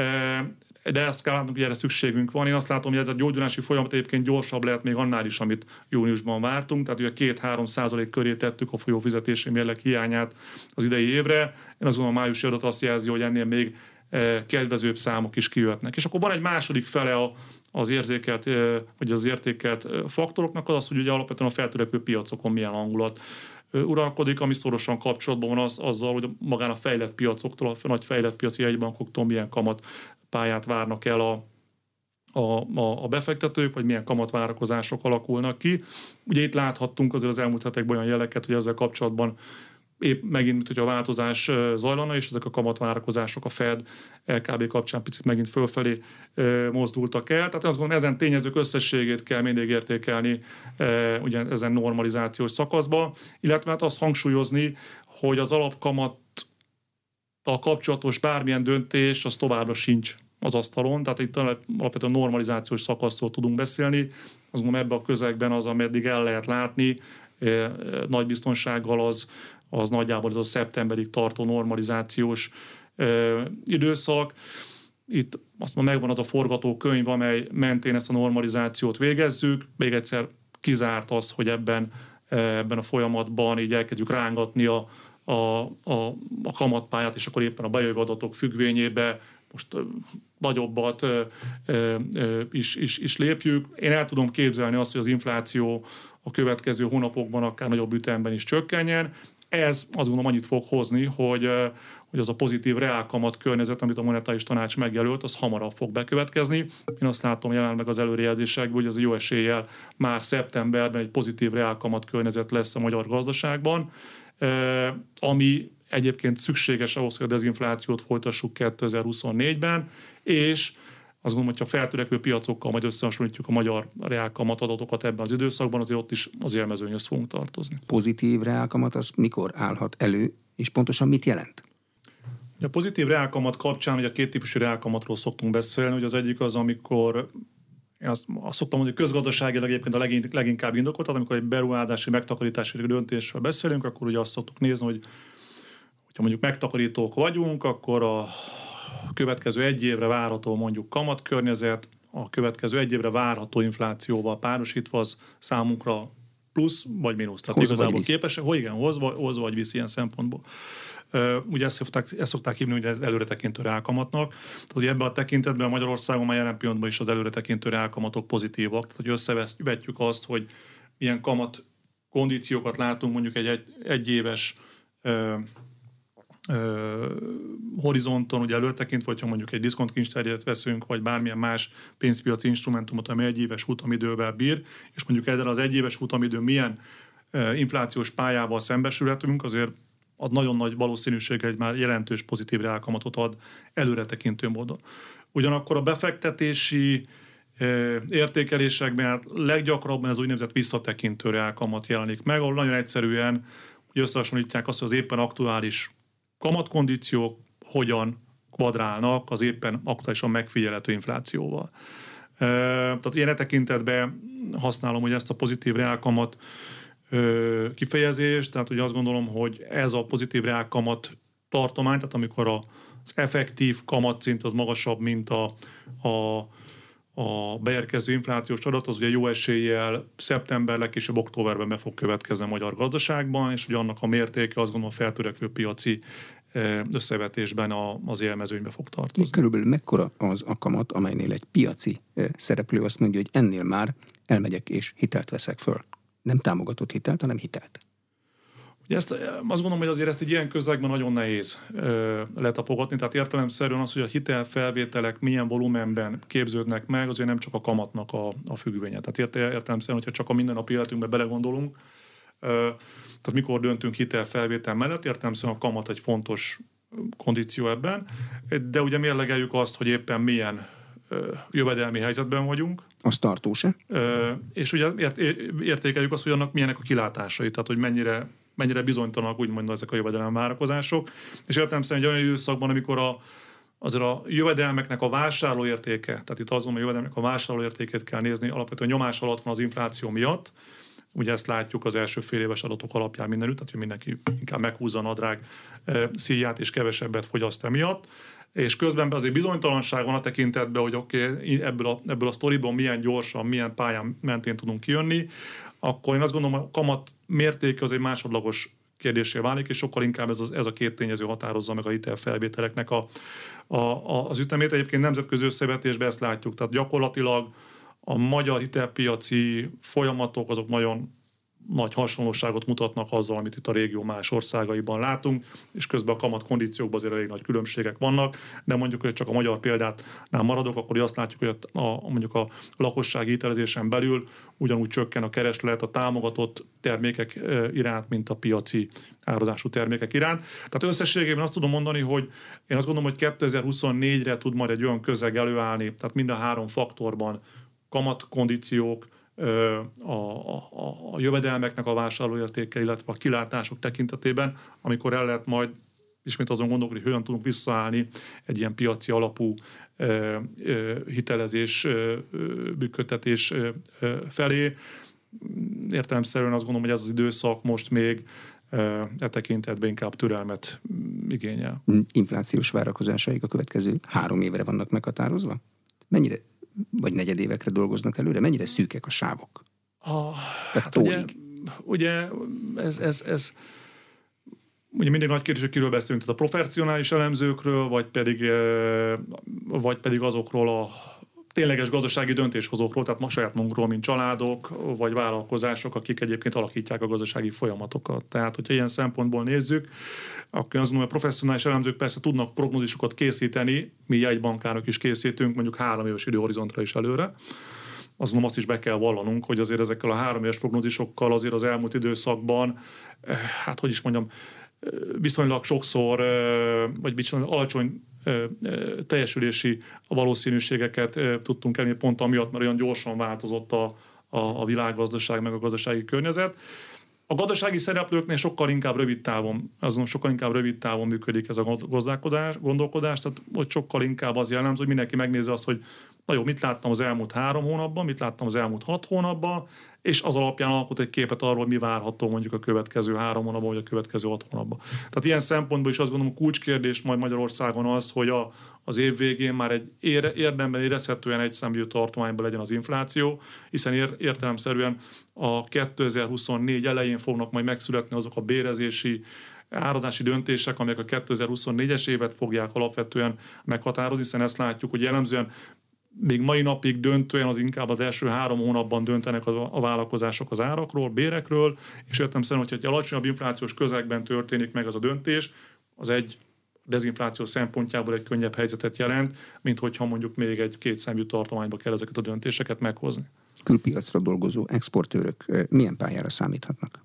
de ezt kell látnunk, hogy erre szükségünk van. Én azt látom, hogy ez a gyógyulási folyamat egyébként gyorsabb lehet még annál is, amit júniusban vártunk, tehát ugye két-három százalék köré tettük a folyófizetési mérleg hiányát az idei évre. Én azon a májusi adat azt jelzi, hogy ennél még kedvezőbb számok is kijöhetnek. És akkor van egy második fele a, az érzékelt, vagy az értékelt faktoroknak, az az, hogy ugye alapvetően a feltörekvő piacokon milyen hangulat uralkodik, ami szorosan kapcsolatban van az, azzal, hogy magán a fejlett piacoktól, a nagy fejlett piaci jegybankoktól milyen kamat pályát várnak el a, a, a, a befektetők, vagy milyen kamatvárakozások alakulnak ki. Ugye itt láthattunk azért az elmúlt hetekben olyan jeleket, hogy ezzel kapcsolatban épp megint, mint hogy a változás zajlana, és ezek a kamatvárakozások a Fed, el ká bé kapcsán picit megint fölfelé mozdultak el. Tehát azt gondolom, ezen tényezők összességét kell mindig értékelni ugye ezen normalizációs szakaszba, illetve hát azt hangsúlyozni, hogy az alapkamat a kapcsolatos bármilyen döntés, az továbbra sincs az asztalon, tehát itt alapvetően normalizációs szakaszról tudunk beszélni. Azt gondolom, ebben a közegben az, ameddig el lehet látni, nagy biztonsággal az, az nagyjából ez a szeptemberig tartó normalizációs időszak. Itt azt mondom, megvan az a forgatókönyv, amely mentén ezt a normalizációt végezzük. Még egyszer kizárt az, hogy ebben, ebben a folyamatban így elkezdjük rángatni a A, a, a kamatpályát, és akkor éppen a bejövő adatok függvényébe most ö, nagyobbat ö, ö, is, is, is lépjük. Én el tudom képzelni azt, hogy az infláció a következő hónapokban akár nagyobb ütemben is csökkenjen. Ez azt gondolom annyit fog hozni, hogy, hogy az a pozitív reálkamat környezet, amit a monetáris tanács megjelölt, az hamarabb fog bekövetkezni. Én azt látom jelenleg az előrejelzésekben, hogy az jó eséllyel már szeptemberben egy pozitív reálkamat környezet lesz a magyar gazdaságban, ami egyébként szükséges ahhoz, hogy a dezinflációt folytassuk kétezer-huszonnégyben, és azt gondolom, hogyha feltörekvő piacokkal majd összehasonlítjuk a magyar reálkamat adatokat ebben az időszakban, azért ott is az élmezőnyhöz fogunk tartozni. Pozitív reálkamat az mikor állhat elő, és pontosan mit jelent? A pozitív reálkamat kapcsán ugye a két típusú reálkamatról szoktunk beszélni, hogy az egyik az, amikor én azt, azt szoktam mondani, hogy közgazdaságilag egyébként a legin, leginkább indokolt, tehát amikor egy beruházási, megtakarítási döntésről beszélünk, akkor ugye azt szoktuk nézni, hogy ha mondjuk megtakarítók vagyunk, akkor a következő egy évre várható mondjuk kamatkörnyezet, a következő egy évre várható inflációval párosítva az számunkra plusz vagy mínusz. Tehát hoz igazából vagy képes, hogy igen, hoz, hoz vagy visz ilyen szempontból. Uh, ugye ezt szokták, ezt szokták hívni ugye előretekintő reálkamatnak. Tehát ugye ebben a tekintetben Magyarországon már jelen pillanatban is az előretekintő reálkamatok pozitívak. Tehát hogy összevetjük azt, hogy milyen kamat kondíciókat látunk mondjuk egy, egy, egy éves uh, uh, horizonton, ugye előretekintve, hogyha mondjuk egy diszkontkincstárgyat veszünk, vagy bármilyen más pénzpiaci instrumentumot, ami egy éves futamidővel bír, és mondjuk ezzel az egy éves futamidő milyen uh, inflációs pályával szembesülhetünk, azért ad nagyon nagy valószínűséggel egy már jelentős pozitív reálkamatot ad előretekintő módon. Ugyanakkor a befektetési e, értékelésekben leggyakrabban ez úgynevezett visszatekintő reálkamat jelenik meg, ahol nagyon egyszerűen hogy összehasonlítják azt, hogy az éppen aktuális kamatkondíciók hogyan kvadrálnak az éppen aktuálisan megfigyelhető inflációval. E, tehát ilyen tekintetben használom, hogy ezt a pozitív reálkamat kifejezés, tehát ugye azt gondolom, hogy ez a pozitív reálkamat tartomány, tehát amikor az effektív kamatszint az magasabb, mint a, a, a beérkező inflációs adat, az ugye jó eséllyel szeptember, legkésőbb októberben be fog következni a magyar gazdaságban, és ugye annak a mértéke azt gondolom a feltörekvő piaci összevetésben az élmezőnybe fog tartozni. Körülbelül mekkora az a kamat, amelynél egy piaci szereplő azt mondja, hogy ennél már elmegyek és hitelt veszek föl? Nem támogatott hitelt, hanem hitelt. Ugye ezt, azt gondolom, hogy azért ezt egy ilyen közegben nagyon nehéz ö, letapogatni, tehát értelemszerűen az, hogy a hitelfelvételek milyen volumenben képződnek meg, azért nem csak a kamatnak a, a függvénye. Tehát értelemszerűen, hogyha csak a mindennapi életünkbe belegondolunk, ö, tehát mikor döntünk hitelfelvétel mellett, értelemszerűen a kamat egy fontos kondíció ebben, de ugye mérlegeljük azt, hogy éppen milyen jövedelmi helyzetben vagyunk. Az tartós-e? És ugye ért, értékeljük azt, hogy annak milyenek a kilátásai, tehát hogy mennyire, mennyire bizonytalanak úgymond ezek a jövedelem várakozások. És értelemszerűen egy olyan időszakban, amikor a, azért a jövedelmeknek a vásárlóértéke, tehát itt azon a jövedelmek a vásárlóértékét kell nézni, alapvetően nyomás alatt van az infláció miatt. Ugye ezt látjuk az első fél éves adatok alapján mindenütt, tehát hogy mindenki inkább meghúzza a nadrág szíját és kevesebbet fogyaszt emiatt. És közben azért bizonytalanság van a tekintetben, hogy oké, okay, ebből, a, ebből a sztoriból milyen gyorsan, milyen pályán mentén tudunk kijönni, akkor én azt gondolom, a kamat mértéke az egy másodlagos kérdésé válik, és sokkal inkább ez, az, ez a két tényező határozza meg a hitelfelvételeknek a, a, a, az ütemét. Egyébként nemzetközi összevetésben ezt látjuk, tehát gyakorlatilag a magyar hitelpiaci folyamatok azok nagyon nagy hasonlóságot mutatnak azzal, amit itt a régió más országaiban látunk, és közben a kamat kondíciókban azért elég nagy különbségek vannak, de mondjuk, hogy csak a magyar példátnál maradok, akkor azt látjuk, hogy a, a, mondjuk a lakossági hitelezésen belül ugyanúgy csökken a kereslet a támogatott termékek iránt, mint a piaci árazású termékek iránt. Tehát összességében azt tudom mondani, hogy én azt gondolom, hogy kétezer-huszonnégyre tud majd egy olyan közeg előállni, tehát mind a három faktorban kamatkondíciók, A, a, a jövedelmeknek a vásárlóértéke, illetve a kilátások tekintetében, amikor el lehet majd ismét azon gondolkodni, hogy hogyan tudunk visszaállni egy ilyen piaci alapú ö, ö, hitelezés, ö, működtetés ö, felé. Értelemszerűen azt gondolom, hogy ez az időszak most még ö, e tekintetben inkább türelmet igényel. Inflációs várakozásaik a következő három évre vannak meghatározva? Mennyire vagy negyedévekre dolgoznak előre? Mennyire szűkek a sávok? A, hát ugye, ugye ez, ez, ez ugye mindig nagy kérdés, hogy kiről beszélünk, tehát a professzionális elemzőkről, vagy pedig, vagy pedig azokról a tényleges gazdasági döntéshozókról, tehát ma saját magunkról, mint családok, vagy vállalkozások, akik egyébként alakítják a gazdasági folyamatokat. Tehát, hogyha ilyen szempontból nézzük, akkor azt mondom, hogy a professzionális elemzők persze tudnak prognózisokat készíteni, mi jegybankárok is készítünk, mondjuk három éves időhorizontra is előre. Azt mondom, azt is be kell vallanunk, hogy azért ezekkel a három éves prognózisokkal azért az elmúlt időszakban, hát hogy is mondjam, viszonylag sokszor, vagy viszonylag alacsony teljesülési valószínűségeket tudtunk elérni pont amiatt, mert olyan gyorsan változott a, a, a világgazdaság, meg a gazdasági környezet. A gazdasági szereplőknél sokkal inkább rövid távon, azon sokkal inkább rövid távon működik ez a gazdálkodás, gondolkodás, tehát hogy sokkal inkább az jellemző, hogy mindenki megnézi azt, hogy na jó, mit láttam az elmúlt három hónapban, mit láttam az elmúlt hat hónapban, és az alapján alkot egy képet arról, mi várható mondjuk a következő három hónapban, vagy a következő hat hónapban. Tehát ilyen szempontból is azt gondolom, a kulcskérdés majd Magyarországon az, hogy a, az év végén már egy ér, érdemben érezhetően egyszámú tartományban legyen az infláció, hiszen ér, értelemszerűen a kétezer-huszonnégy elején fognak majd megszületni azok a bérezési, árazási döntések, amelyek a kétezer-huszonnégyes évet fogják alapvetően meghatározni, hiszen ezt látjuk, hogy jellemzően még mai napig döntően az inkább az első három hónapban döntenek a, a vállalkozások az árakról, bérekről, és értelemszerűen, hogyha egy alacsonyabb inflációs közegben történik meg az a döntés, az egy dezinfláció szempontjából egy könnyebb helyzetet jelent, mint hogyha mondjuk még egy kétszámú tartományba kell ezeket a döntéseket meghozni. Külpiacra dolgozó exportőrök milyen pályára számíthatnak?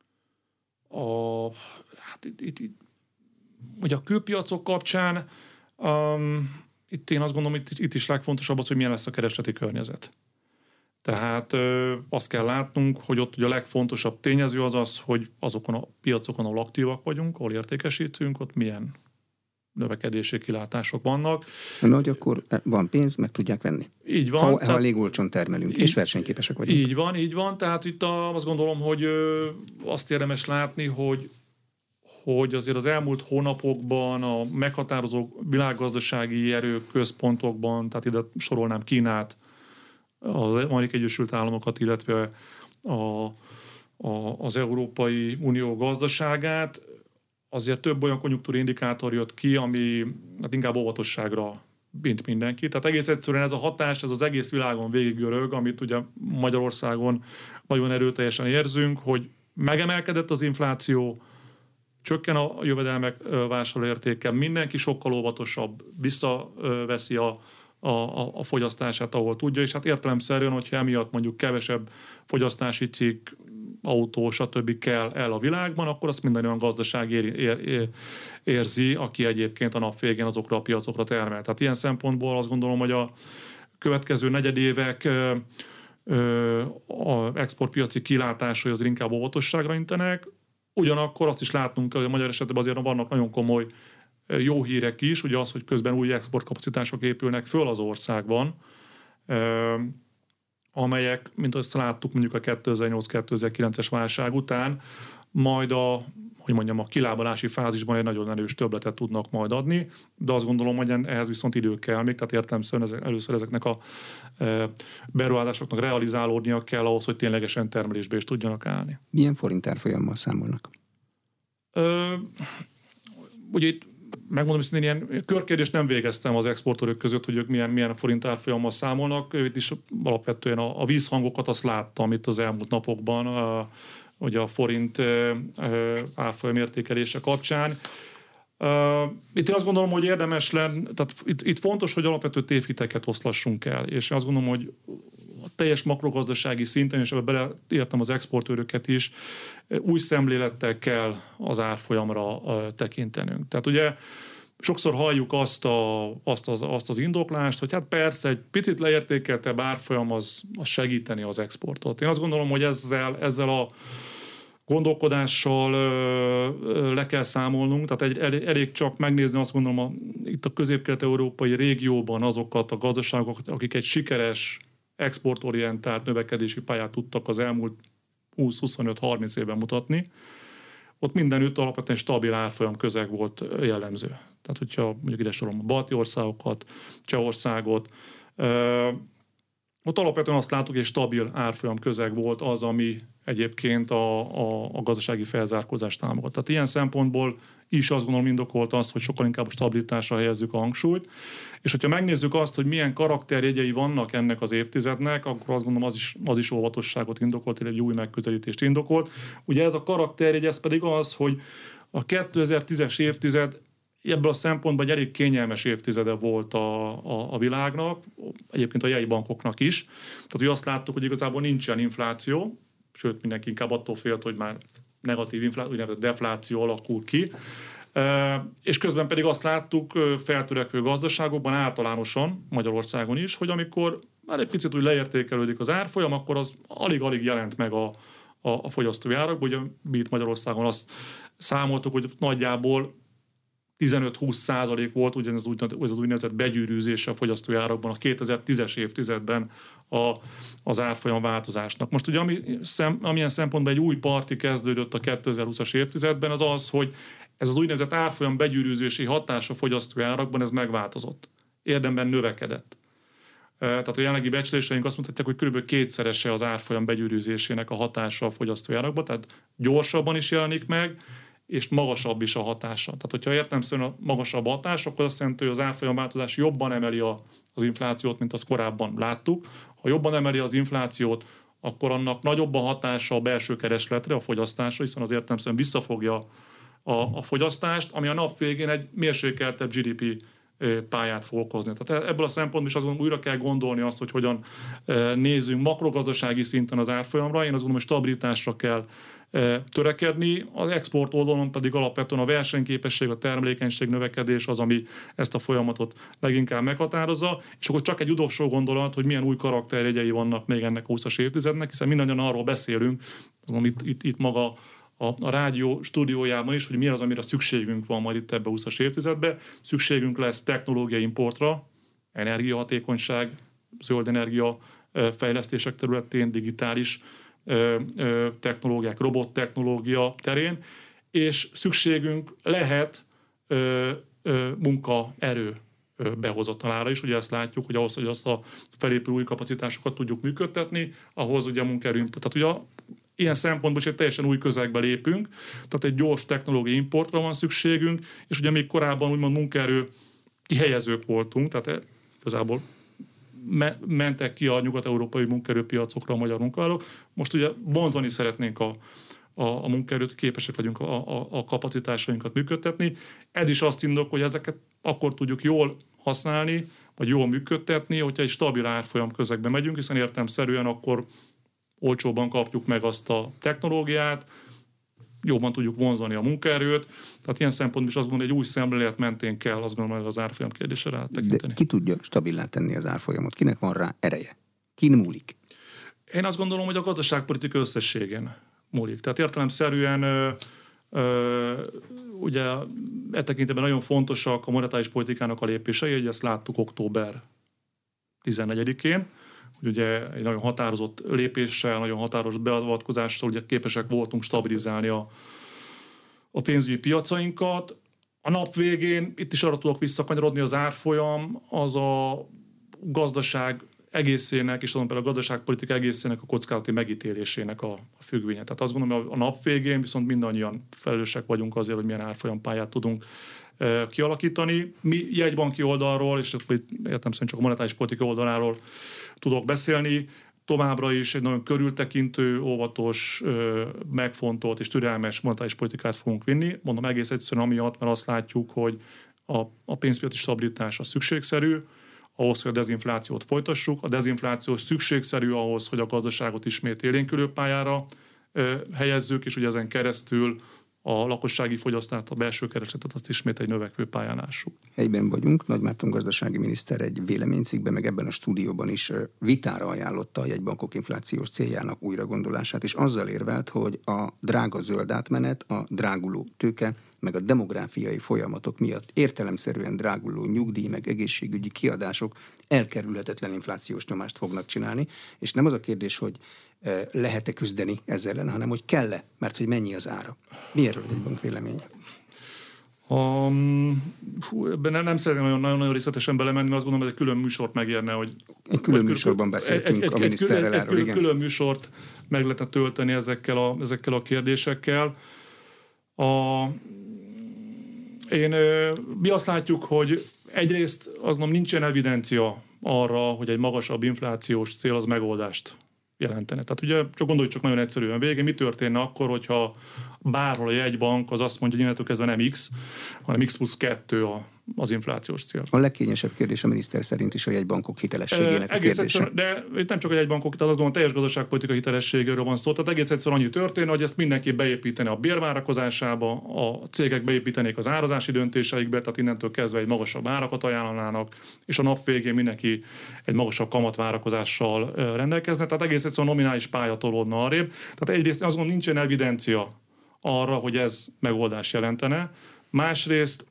A, hát itt, itt, itt, ugye a külpiacok kapcsán um, itt én azt gondolom, itt, itt is legfontosabb az, hogy milyen lesz a keresleti környezet. Tehát ö, azt kell látnunk, hogy ott ugye a legfontosabb tényező az az, hogy azokon a piacokon, ahol aktívak vagyunk, ahol értékesítünk, ott milyen növekedési kilátások vannak. Na, hogy akkor van pénz, meg tudják venni. Így van. Ha, tehát, ha elég olcsón termelünk, így, és versenyképesek vagyunk. Így van, így van. Tehát itt a, azt gondolom, hogy ö, azt érdemes látni, hogy hogy azért az elmúlt hónapokban a meghatározó világgazdasági erők központokban, tehát ide sorolnám Kínát, az Amerikai Egyesült Államokat, illetve a, a, az Európai Unió gazdaságát, azért több olyan konjunktúrindikátor jött ki, ami hát inkább óvatosságra bint mindenki. Tehát egész egyszerűen ez a hatás, ez az egész világon végiggörög, amit ugye Magyarországon nagyon erőteljesen érzünk, hogy megemelkedett az infláció, csökken a jövedelmek vásárlóértéke, mindenki sokkal óvatosabb, visszaveszi a, a, a fogyasztását, ahol tudja, és hát értelemszerűen, hogyha emiatt mondjuk kevesebb fogyasztási cikk, autó, stb. Kell el a világban, akkor azt minden olyan gazdaság ér, ér, ér, érzi, aki egyébként a nap végén azokra a piacokra termel. Tehát ilyen szempontból azt gondolom, hogy a következő negyedévek az exportpiaci kilátásai az inkább óvatosságra intenek. Ugyanakkor azt is látnunk kell, hogy a magyar esetben azért vannak nagyon komoly jó hírek is, ugye az, hogy közben új exportkapacitások épülnek föl az országban, amelyek, mint azt láttuk mondjuk a kétezer-nyolc-kétezer-kilences válság után, majd a, hogy mondjam, a kilábalási fázisban egy nagyon erős többletet tudnak majd adni, de azt gondolom, hogy ehhez viszont idő kell még, tehát értelemszerűen először ezeknek a beruházásoknak realizálódnia kell ahhoz, hogy ténylegesen termelésbe is tudjanak állni. Milyen forint árfolyammal számolnak? Ö, ugye itt megmondom, hogy ilyen körkérdést nem végeztem az exportőrök között, hogy ők milyen, milyen forint árfolyammal számolnak. Itt is alapvetően a, a vízhangokat azt láttam itt az elmúlt napokban, a, ugye a forint árfolyam értékelése kapcsán. Itt én azt gondolom, hogy érdemes lenne, tehát itt, itt fontos, hogy alapvető tévhiteket oszlassunk el, és azt gondolom, hogy a teljes makrogazdasági szinten, és ebben beleértem az exportőröket is, új szemlélettel kell az árfolyamra tekintenünk. Tehát ugye sokszor halljuk azt, a, azt, az, azt az indoklást, hogy hát persze egy picit leértékeltebb árfolyam az, az segíteni az exportot. Én azt gondolom, hogy ezzel, ezzel a gondolkodással ö, le kell számolnunk, tehát egy, elég, elég csak megnézni, azt gondolom, a, itt a közép-kelet-európai régióban azokat a gazdaságokat, akik egy sikeres, exportorientált növekedési pályát tudtak az elmúlt húsz-huszonöt-harminc évben mutatni, ott mindenütt alapvetően stabil árfolyam közeg volt jellemző. Tehát, hogyha mondjuk ide sorolom a balti országokat, Csehországot, ö, ott alapvetően azt láttuk, hogy egy stabil árfolyam közeg volt az, ami egyébként a, a, a gazdasági felzárkózást támogat. Tehát ilyen szempontból is azt gondolom indokolt az, hogy sokkal inkább a stabilitásra helyezzük a hangsúlyt. És hogyha megnézzük azt, hogy milyen karakterjegyei vannak ennek az évtizednek, akkor azt gondolom az is, az is óvatosságot indokolt, illetve egy új megközelítést indokolt. Ugye ez a karakterjegy, ez pedig az, hogy a kétezer-tízes évtized ebből a szempontból egy elég kényelmes évtizede volt a, a, a világnak, egyébként a jegybankoknak is. Tehát ugye azt láttuk, hogy igazából nincsen infláció, sőt mindenki inkább attól félt, hogy már negatív infláció, úgynevezett defláció alakul ki. E, és közben pedig azt láttuk feltörekvő gazdaságokban általánosan, Magyarországon is, hogy amikor már egy picit úgy leértékelődik az árfolyam, akkor az alig-alig jelent meg a, a, a fogyasztói árakban. Ugye mi itt Magyarországon azt számoltuk, hogy nagyjából tizenöt-húsz százalék volt ugyanez az, úgynevezett, az úgynevezett begyűrűzése a fogyasztói árakban a kétezer-tízes évtizedben a, az árfolyam változásnak. Most ugye ami, szem, amilyen szempontból egy új parti kezdődött a kétezer-húszas évtizedben, az az, hogy ez az úgynevezett árfolyam begyűrűzési hatás a fogyasztói árakban, ez megváltozott. Érdemben növekedett. Tehát a jelenlegi becsléseink azt mutatják, hogy kb. Kétszerese az árfolyam begyűrűzésének a hatása a fogyasztói árakban, tehát gyorsabban is jelenik meg, és magasabb is a hatása. Tehát, hogyha értelemszerűen a magasabb hatás, akkor azt jelenti, hogy az árfolyamváltozás jobban emeli a, az inflációt, mint azt korábban láttuk. Ha jobban emeli az inflációt, akkor annak nagyobb a hatása a belső keresletre, a fogyasztásra, hiszen az értelemszerűen visszafogja a, a fogyasztást, ami a nap végén egy mérsékeltebb gé dé pé pályát fog okozni. Tehát ebből a szempontból is azt gondolom, újra kell gondolni azt, hogy hogyan nézzünk makrogazdasági szinten az árfolyamra. Én azt gondolom, hogy stabilitásra kell törekedni, az export oldalon pedig alapvetően a versenyképesség, a termelékenység növekedés az, ami ezt a folyamatot leginkább meghatározza, és akkor csak egy utolsó gondolat, hogy milyen új karakterjegyei vannak még ennek a húszas évtizednek, hiszen mindannyian arról beszélünk, mondom, itt, itt, itt maga a, a rádió stúdiójában is, hogy mi az, amire szükségünk van majd itt ebbe a húszas évtizedbe. Szükségünk lesz technológiai importra, energiahatékonyság, zöld energia fejlesztések területén, digitális technológiák, robottechnológia terén, és szükségünk lehet ö, ö, munkaerő behozatalára is. Ugye ezt látjuk, hogy ahhoz, hogy azt a felépülő új kapacitásokat tudjuk működtetni, ahhoz ugye a munkaerő, tehát ugye ilyen szempontból is egy teljesen új közegbe lépünk, tehát egy gyors technológiai importra van szükségünk, és ugye még korábban úgymond munkaerő kihelyezők voltunk, tehát igazából mentek ki a nyugat-európai munkaerőpiacokra a magyar munkavállalók. Most ugye vonzani szeretnénk a, a, a munkaerőt, képesek legyünk a, a, a kapacitásainkat működtetni. Ez is azt indok, hogy ezeket akkor tudjuk jól használni, vagy jól működtetni, hogyha egy stabil árfolyam közegbe megyünk, hiszen értelemszerűen akkor olcsóban kapjuk meg azt a technológiát, jobban tudjuk vonzani a munkaerőt. Tehát ilyen szempontból is azt gondolom, hogy egy új szemlélet mentén kell azt gondolom, az árfolyam kérdésre rátekinteni. De ki tudja stabilá tenni az árfolyamot? Kinek van rá ereje? Kin múlik? Én azt gondolom, hogy a gazdaságpolitika összességén múlik. Tehát értelemszerűen ö, ö, ugye e tekintetben nagyon fontosak a monetáris politikának a lépései, hogy ezt láttuk október tizennegyedikén, hogy ugye egy nagyon határozott lépéssel, nagyon határozott beavatkozással ugye képesek voltunk stabilizálni a, a pénzügyi piacainkat. A nap végén, itt is arra tudok visszakanyarodni, az árfolyam az a gazdaság egészének, és azon például a gazdaságpolitika egészének a kockázati megítélésének a, a függvénye. Tehát azt gondolom, hogy a nap végén viszont mindannyian felelősek vagyunk azért, hogy milyen árfolyampályát tudunk e, kialakítani. Mi jegybanki oldalról, és értem szerint csak a monetáris politika oldaláról tudok beszélni, továbbra is egy nagyon körültekintő, óvatos, megfontolt és türelmes monetáris politikát fogunk vinni. Mondom egész egyszerűen amiatt, mert azt látjuk, hogy a, a pénzpiaci stabilitás az szükségszerű, ahhoz, hogy a dezinflációt folytassuk. A dezinfláció szükségszerű ahhoz, hogy a gazdaságot ismét élénkülő pályára helyezzük, és ugye ezen keresztül a lakossági fogyasztást, a belső keresletet azt ismét egy növekvő pályán ássuk. Helyben vagyunk. Nagy Márton gazdasági miniszter egy véleménycikkben, meg ebben a stúdióban is vitára ajánlotta a jegybankok inflációs céljának újragondolását, és azzal érvelt, hogy a drága zöld átmenet, a dráguló tőke, meg a demográfiai folyamatok miatt értelemszerűen dráguló nyugdíj, meg egészségügyi kiadások elkerülhetetlen inflációs nyomást fognak csinálni, és nem az a kérdés, hogy lehet-e küzdeni ezzel ellen, hanem hogy kell-e, mert hogy mennyi az ára. Mi erről egy bank véleménye? Um, hú, ebben nem, nem szeretném nagyon, nagyon, nagyon részletesen belemenni, mert azt gondolom, hogy egy külön műsort megérne, hogy... Egy külön vagy, műsorban beszéltünk egy, egy, a miniszterrel egy, erről, egy, igen. Egy külön műsort meg lehetne tölteni ezekkel a, ezekkel a kérdésekkel. A, én, mi azt látjuk, hogy egyrészt azt mondom, nincsen evidencia arra, hogy egy magasabb inflációs cél az megoldást jelentene. Tehát ugye csak gondoljuk csak nagyon egyszerűen végén, mi történne akkor, hogyha bárhol a jegybank az azt mondja, hogy innentől kezdve nem X, hanem X plusz kettő a, az inflációs cél. A legkényesebb kérdés a miniszter szerint is a jegybankok hitelességének e, a kérdése. De nem csak a jegybankok, tehát azon a teljes gazdaságpolitika hitelességéről van szó. Tehát egész egyszerűen annyi történne, hogy ezt mindenki beépíteni a bérvárakozásába, a cégek beépítenék az árazási döntéseikbe, tehát innentől kezdve egy magasabb árakat ajánlanának, és a nap végén mindenki egy magasabb kamatvárakozással rendelkezne. Tehát egész egyszerűen nominális pálya tolódna arrébb. Tehát egyrészt azt gondolom, nincsen evidencia arra, hogy ez megoldást jelentene. Másrészt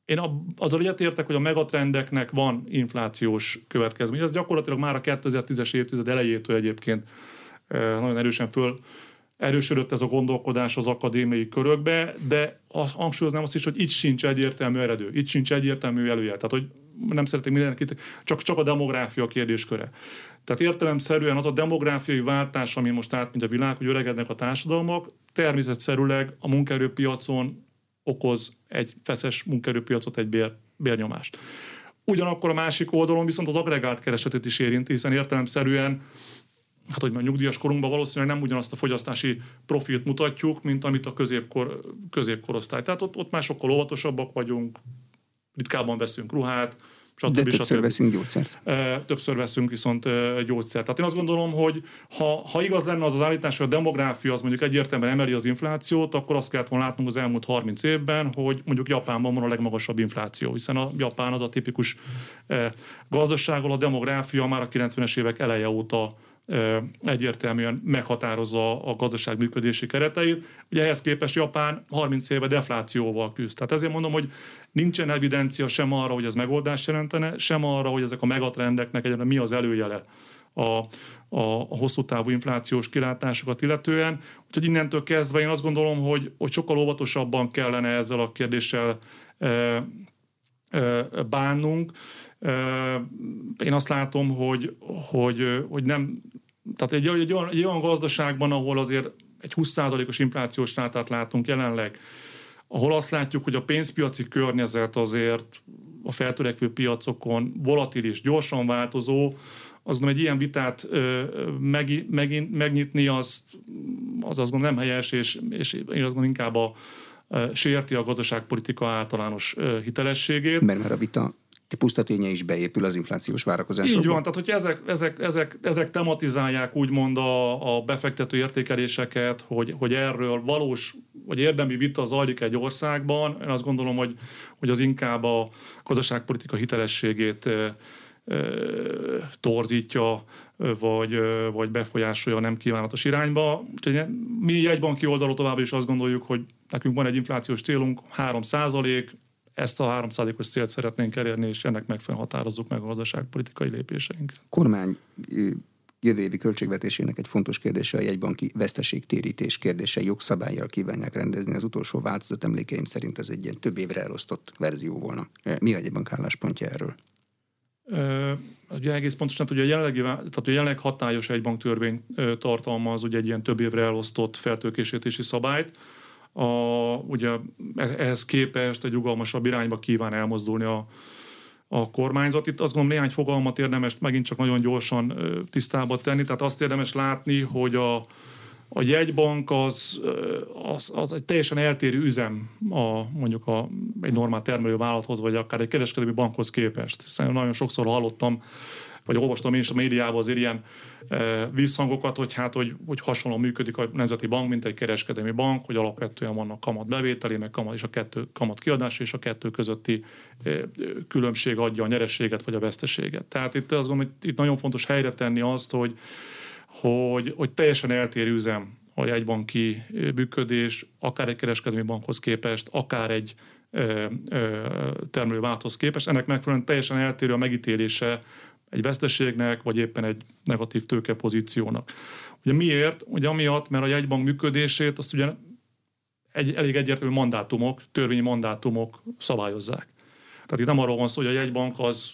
Én azzal egyetértek, hogy a megatrendeknek van inflációs következmény. Ez gyakorlatilag már a kétezer-tízes évtized elejétől egyébként nagyon erősen föl erősödött ez a gondolkodás az akadémiai körökbe, de azt hangsúlyoznám azt is, hogy itt sincs egyértelmű eredő, itt sincs egyértelmű előjel. Tehát, hogy nem szeretnék mindenkit, csak, csak a demográfia kérdésköre. Tehát értelemszerűen az a demográfiai váltás, ami most átmegy a világ, hogy öregednek a társadalmak, természetszerűleg a munkaerőpiacon okoz egy feszes munkaerőpiacot, egy bér, bérnyomást. Ugyanakkor a másik oldalon viszont az agregált keresetet is érinti, hiszen értelemszerűen hát, hogy a nyugdíjas korunkban valószínűleg nem ugyanazt a fogyasztási profilt mutatjuk, mint amit a középkor, középkorosztály. Tehát ott, ott már sokkal óvatosabbak vagyunk, ritkábban veszünk ruhát, stb. De többször stb. veszünk gyógyszert. E, többször veszünk viszont e, gyógyszert. Tehát én azt gondolom, hogy ha, ha igaz lenne az az állítás, hogy a demográfia az mondjuk egyértelműen emeli az inflációt, akkor azt kellett volna látnunk az elmúlt harminc évben, hogy mondjuk Japánban van a legmagasabb infláció, hiszen a Japán az a tipikus e, gazdaság, ahol a demográfia már a kilencvenes évek eleje óta egyértelműen meghatározza a gazdaság működési kereteit. Ugye ehhez képest Japán harminc éve deflációval küzd. Tehát ezért mondom, hogy nincsen evidencia sem arra, hogy ez megoldást jelentene, sem arra, hogy ezek a megatrendeknek egyébként mi az előjele a, a, a hosszú távú inflációs kilátásokat illetően. Úgyhogy innentől kezdve én azt gondolom, hogy, hogy sokkal óvatosabban kellene ezzel a kérdéssel e, e, bánnunk. Én azt látom, hogy, hogy, hogy nem, tehát egy, egy, olyan, egy olyan gazdaságban, ahol azért egy húsz százalékos inflációs rátát látunk jelenleg, ahol azt látjuk, hogy a pénzpiaci környezet azért a feltörekvő piacokon volatilis, gyorsan változó, azt gondolom, egy ilyen vitát meg, meg, megnyitni, azt, az azt gondolom nem helyes, és, és én azt gondolom inkább a, sérti a gazdaságpolitika általános hitelességét. Mert már a vita puszta ténye is beépül az inflációs várakozásokba. Így van, tehát hogy ezek, ezek, ezek, ezek tematizálják úgymond a, a befektető értékeléseket, hogy, hogy erről valós vagy érdemi vita zajlik egy országban, én azt gondolom, hogy, hogy az inkább a gazdaságpolitika hitelességét e, e, torzítja, vagy, vagy befolyásolja a nem kívánatos irányba. Úgyhogy mi jegybanki oldalról továbbra is azt gondoljuk, hogy nekünk van egy inflációs célunk, három százalék, ezt a három százalékos célt szeretnénk elérni, és ennek megfelelően határozzuk meg a gazdaságpolitikai lépéseinket. Kormány jövő évi költségvetésének egy fontos kérdése a jegybanki veszteségtérítés kérdése. Jogszabállyal kívánják rendezni. Az utolsó változat emlékeim szerint ez egy ilyen több évre elosztott verzió volna. Mi a jegybank álláspontja erről? Ö, ugye egész pontosan, hogy a jelenlegi, tehát a jelenleg hatályos jegybanktörvény tartalmaz ugye egy ilyen több évre elosztott feltőkésítési szabályt. A, ugye ehhez képest egy rugalmasabb irányba kíván elmozdulni a, a kormányzat. Itt azt gondolom néhány fogalmat érdemes megint csak nagyon gyorsan tisztába tenni. Tehát azt érdemes látni, hogy a, a jegybank az, az, az egy teljesen eltérő üzem a, mondjuk a, egy normál termelővállalathoz, vagy akár egy kereskedelmi bankhoz képest. Hiszen nagyon sokszor hallottam, vagy olvastam én is a médiában azért ilyen e, visszhangokat, hogy hát, hogy, hogy hasonlóan működik a Nemzeti Bank, mint egy kereskedelmi bank, hogy alapvetően vannak kamat bevételi, meg kamat, és a kettő kamat kiadása, és a kettő közötti e, különbség adja a nyerességet, vagy a veszteséget. Tehát itt azt gondolom, hogy itt nagyon fontos helyre tenni azt, hogy, hogy, hogy teljesen eltérő üzem a jegybanki működés, akár egy kereskedelmi bankhoz képest, akár egy e, e, termelővállalathoz képest. Ennek megfelelően teljesen eltérő a megítélése egy veszteségnek, vagy éppen egy negatív tőkepozíciónak. Ugye miért? Ugye amiatt, mert a jegybank működését azt ugye egy, elég egyértelmű mandátumok, törvényi mandátumok szabályozzák. Tehát itt nem arról van szó, hogy a jegybank az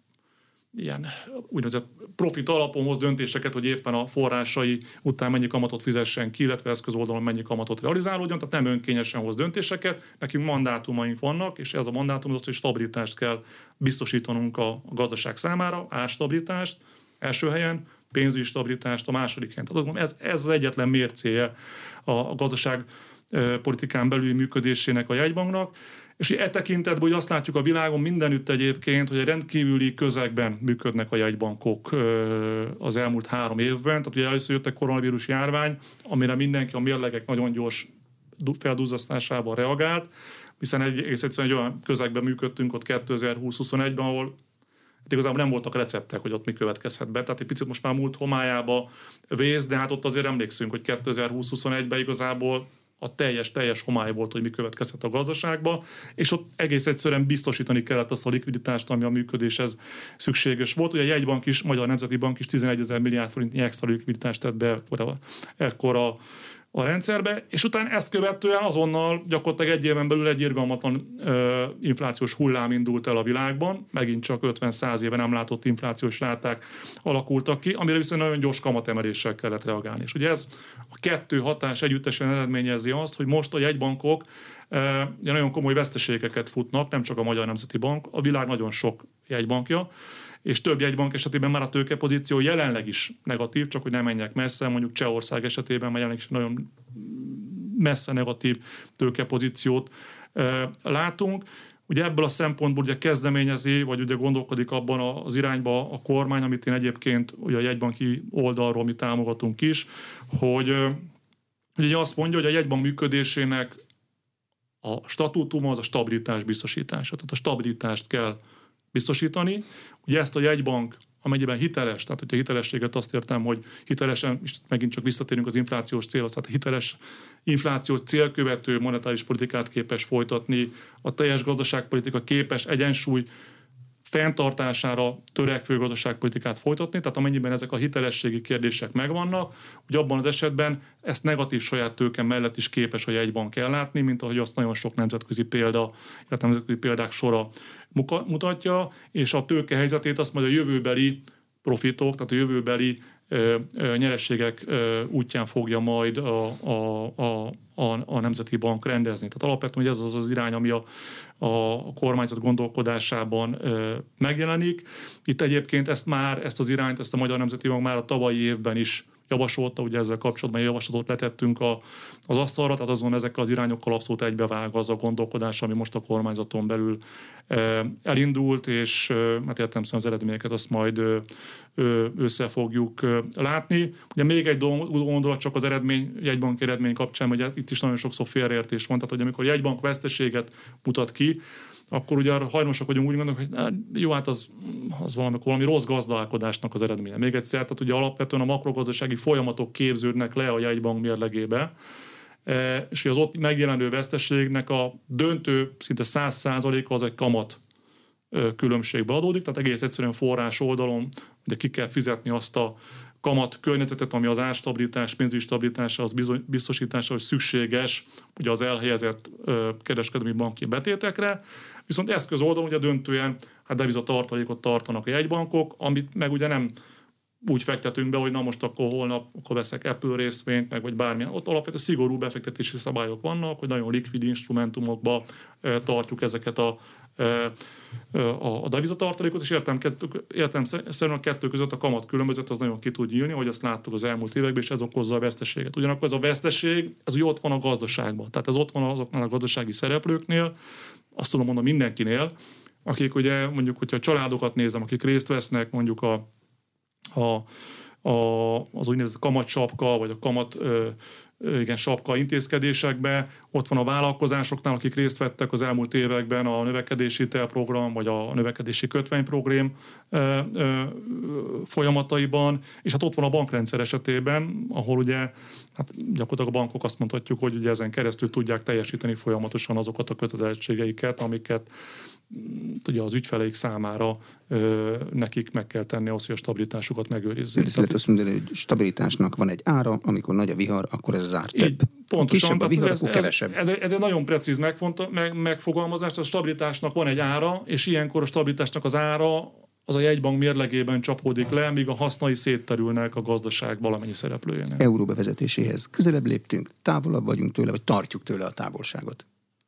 ilyen úgynevezett profit alapon hoz döntéseket, hogy éppen a forrásai után mennyi kamatot fizessen ki, illetve eszközoldalon mennyi kamatot realizálódjon, tehát nem önkényesen hoz döntéseket, nekünk mandátumaink vannak, és ez a mandátum az, hogy stabilitást kell biztosítanunk a gazdaság számára, árstabilitást első helyen, pénzügyi stabilitást a második helyen. Tehát ez, ez az egyetlen mércéje a gazdaság politikán belüli működésének a jegybanknak, és e tekintetben, hogy azt látjuk a világon mindenütt egyébként, hogy egy rendkívüli közegben működnek a jegybankok az elmúlt három évben. Tehát ugye először jött egy koronavírus járvány, amire mindenki a mérlegek nagyon gyors felduzzasztásával reagált, hiszen egy, egész egyszerűen egy olyan közegben működtünk ott kétezer-húsz-huszonegyben, ahol igazából nem voltak receptek, hogy ott mi következhet be. Tehát egy picit most már múlt homályába vész, de hát ott azért emlékszünk, hogy kétezer-húsz-huszonegyben igazából a teljes, teljes homály volt, hogy mi következett a gazdaságba, és ott egész egyszerűen biztosítani kellett azt a likviditást, ami a működéshez szükséges volt. Ugye a jegybank is, Magyar Nemzeti Bank is tizenegyezer milliárd forintnyi extra likviditást tett be ekkor a, a rendszerbe, és utána ezt követően azonnal gyakorlatilag egy éven belül egy irgalmatlan ö, inflációs hullám indult el a világban, megint csak ötven-száz éve nem látott inflációs ráták alakultak ki, amire viszont nagyon gyors kamatemeléssel kellett reagálni. És ugye ez a kettő hatás együttesen eredményezi azt, hogy most a jegybankok ö, nagyon komoly veszteségeket futnak, nem csak a Magyar Nemzeti Bank, a világ nagyon sok jegybankja, és több jegybank esetében már a tőkepozíció jelenleg is negatív, csak hogy nem menjek messze, mondjuk Csehország esetében már jelenleg is nagyon messze negatív tőkepozíciót e, látunk. Ugye ebből a szempontból ugye kezdeményezi, vagy ugye gondolkodik abban az irányba a kormány, amit én egyébként ugye a jegybanki oldalról mi támogatunk is, hogy ugye azt mondja, hogy a jegybank működésének a statútuma az a stabilitás biztosítása. Tehát a stabilitást kell biztosítani. Ugye ezt a jegybank, amennyiben hiteles, tehát hogyha hitelességet azt értem, hogy hitelesen, és megint csak visszatérünk az inflációs célhoz, tehát hiteles inflációs célkövető monetáris politikát képes folytatni, a teljes gazdaságpolitika képes egyensúly fenntartására törekvő gazdaságpolitikát folytatni, tehát amennyiben ezek a hitelességi kérdések megvannak, hogy abban az esetben ezt negatív saját tőke mellett is képes a jegybank ellátni, mint ahogy azt nagyon sok nemzetközi példa, illetve nemzetközi példák sora mutatja, és a tőke helyzetét azt majd a jövőbeli profitok, tehát a jövőbeli ö, ö, nyerességek ö, útján fogja majd a, a, a, a, a Nemzeti Bank rendezni. Tehát alapvetően ez az az irány, ami a, a kormányzat gondolkodásában ö, megjelenik. Itt egyébként ezt már, ezt az irányt, ezt a Magyar Nemzeti Bank már a tavalyi évben is javasolta, ugye ezzel kapcsolatban javaslatot letettünk a, az asztalra, tehát azon ezekkel az irányokkal abszolút egybevág az a gondolkodás, ami most a kormányzaton belül e, elindult, és e, hát értelemszerűen az eredményeket azt majd e, össze fogjuk e, látni. Ugye még egy gondolat csak az eredmény, jegybank eredmény kapcsán, hogy itt is nagyon sokszor félreértés van, tehát hogy amikor jegybank veszteséget mutat ki, akkor ugye hajlamosak vagyunk úgy gondolni, hogy hát, jó, hát az, az valamikor valami rossz gazdálkodásnak az eredménye. Még egyszer, tehát ugye alapvetően a makrogazdasági folyamatok képződnek le a jegybank mérlegébe, e, és hogy az ott megjelenő veszteségnek a döntő, szinte száz százaléka az egy kamat e, különbségbe adódik, tehát egész egyszerűen forrás oldalon ugye ki kell fizetni azt a kamat környezetet, ami az árstabilitás, pénzügyi stabilitása, az biztosítása, hogy szükséges ugye az elhelyezett ö, kereskedelmi banki betétekre. Viszont eszköz oldalon ugye döntően hát devizatartalékot tartanak a jegybankok, amit meg ugye nem úgy fektetünk be, hogy na most akkor holnap akkor veszek Apple részvényt, meg vagy bármilyen. Ott alapvetően szigorú befektetési szabályok vannak, hogy nagyon likvid instrumentumokba e, tartjuk ezeket a, e, a, a devizatartalékot, és értem, értem szerint a kettő között a kamat különbözet az nagyon ki tud nyílni, hogy azt láttuk az elmúlt években, és ez okozza a veszteséget. Ugyanakkor ez a veszteség, ez ugye ott van a gazdaságban. Tehát ez ott van azoknál a gazdasági szereplőknél, azt tudom mondani mindenkinél, akik ugye mondjuk, hogyha a családokat nézem, akik részt vesznek mondjuk a A, a, az úgynevezett kamatsapka, vagy a kamat ö, ö, igen, sapka intézkedésekbe. Ott van a vállalkozásoknál, akik részt vettek az elmúlt években a növekedési hitelprogram, vagy a növekedési kötvényprogram ö, ö, folyamataiban, és hát ott van a bankrendszer esetében, ahol ugye hát gyakorlatilag a bankok azt mondhatjuk, hogy ugye ezen keresztül tudják teljesíteni folyamatosan azokat a kötelezettségeiket, amiket ugye az ügyfeleik számára ö, nekik meg kell tenni ahhoz, hogy a stabilitásukat megőrizzék. Ez lehet azt mondani, hogy stabilitásnak van egy ára, amikor nagy a vihar, akkor ez az ár több. Így, pontosan. A vihar, ez, akkor kevesebb. Ez, ez, ez egy nagyon precíz megfonta, meg, megfogalmazás, a stabilitásnak van egy ára, és ilyenkor a stabilitásnak az ára az a jegybank mérlegében csapódik le, míg a hasznai szétterülnek a gazdaság valamennyi szereplőjének. Euró bevezetéséhez közelebb léptünk, távolabb vagyunk tőle, vagy tartjuk tőle a távolságot?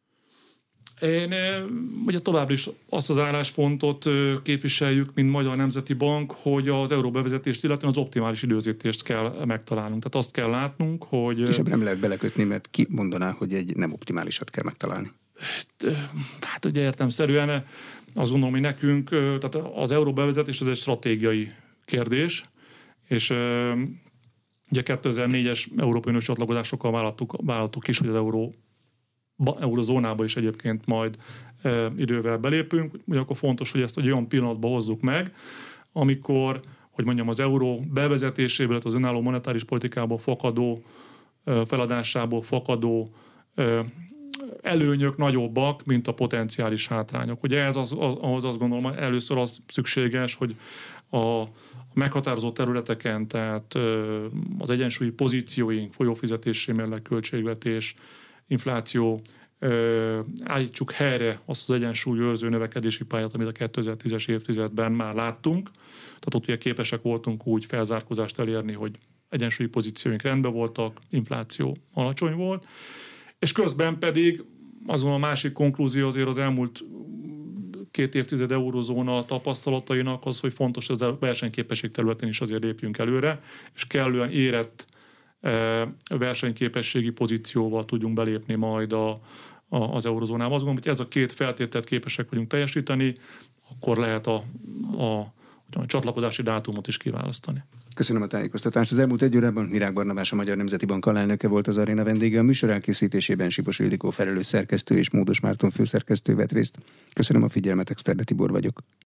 Én ugye továbbra is azt az álláspontot képviseljük, mint Magyar Nemzeti Bank, hogy az euró bevezetést illetően az optimális időzítést kell megtalálnunk. Tehát azt kell látnunk, hogy... És ebben nem lehet belekötni, mert ki mondaná, hogy egy nem optimálisat kell megtalálni? Hát ugye értelemszerűen azt gondolom, hogy nekünk, tehát az euró bevezetés az egy stratégiai kérdés, és ugye kétezer-négyes Európai Uniós csatlakozásokkal vállaltuk, vállaltuk is, hogy az euró eurozónába is egyébként majd e, idővel belépünk, ugyanakkor fontos, hogy ezt egy olyan pillanatba hozzuk meg, amikor, hogy mondjam, az euró bevezetéséből, az önálló monetáris politikából fakadó feladásából fakadó előnyök nagyobbak, mint a potenciális hátrányok. Ugye ez az, az, ahhoz azt gondolom, először az szükséges, hogy a meghatározó területeken, tehát az egyensúlyi pozícióink, folyófizetési mérleg, költségvetés, infláció, állítsuk helyre azt az egyensúlyőrző növekedési pályát, amit a kétezer-tízes évtizedben már láttunk. Tehát ott ugye képesek voltunk úgy felzárkózást elérni, hogy egyensúlyi pozícióink rendben voltak, infláció alacsony volt, és közben pedig azon a másik konklúzió azért az elmúlt két évtized eurozóna tapasztalatainak az, hogy fontos, hogy a versenyképesség területén is azért lépjünk előre, és kellően érett versenyképességi pozícióval tudjunk belépni majd a, a, az eurozónába. Azt gondolom, hogy ez a két feltételt képesek vagyunk teljesíteni, akkor lehet a, a, a csatlakozási dátumot is kiválasztani. Köszönöm a tájékoztatást. Az elmúlt egy órában Mirák Barnabás, a Magyar Nemzeti Bank alelnöke volt az aréna vendége. A műsor elkészítésében Sipos Ildikó felelős szerkesztő és Módos Márton főszerkesztő vett részt. Köszönöm a figyelmet, Exterde Tibor vagyok.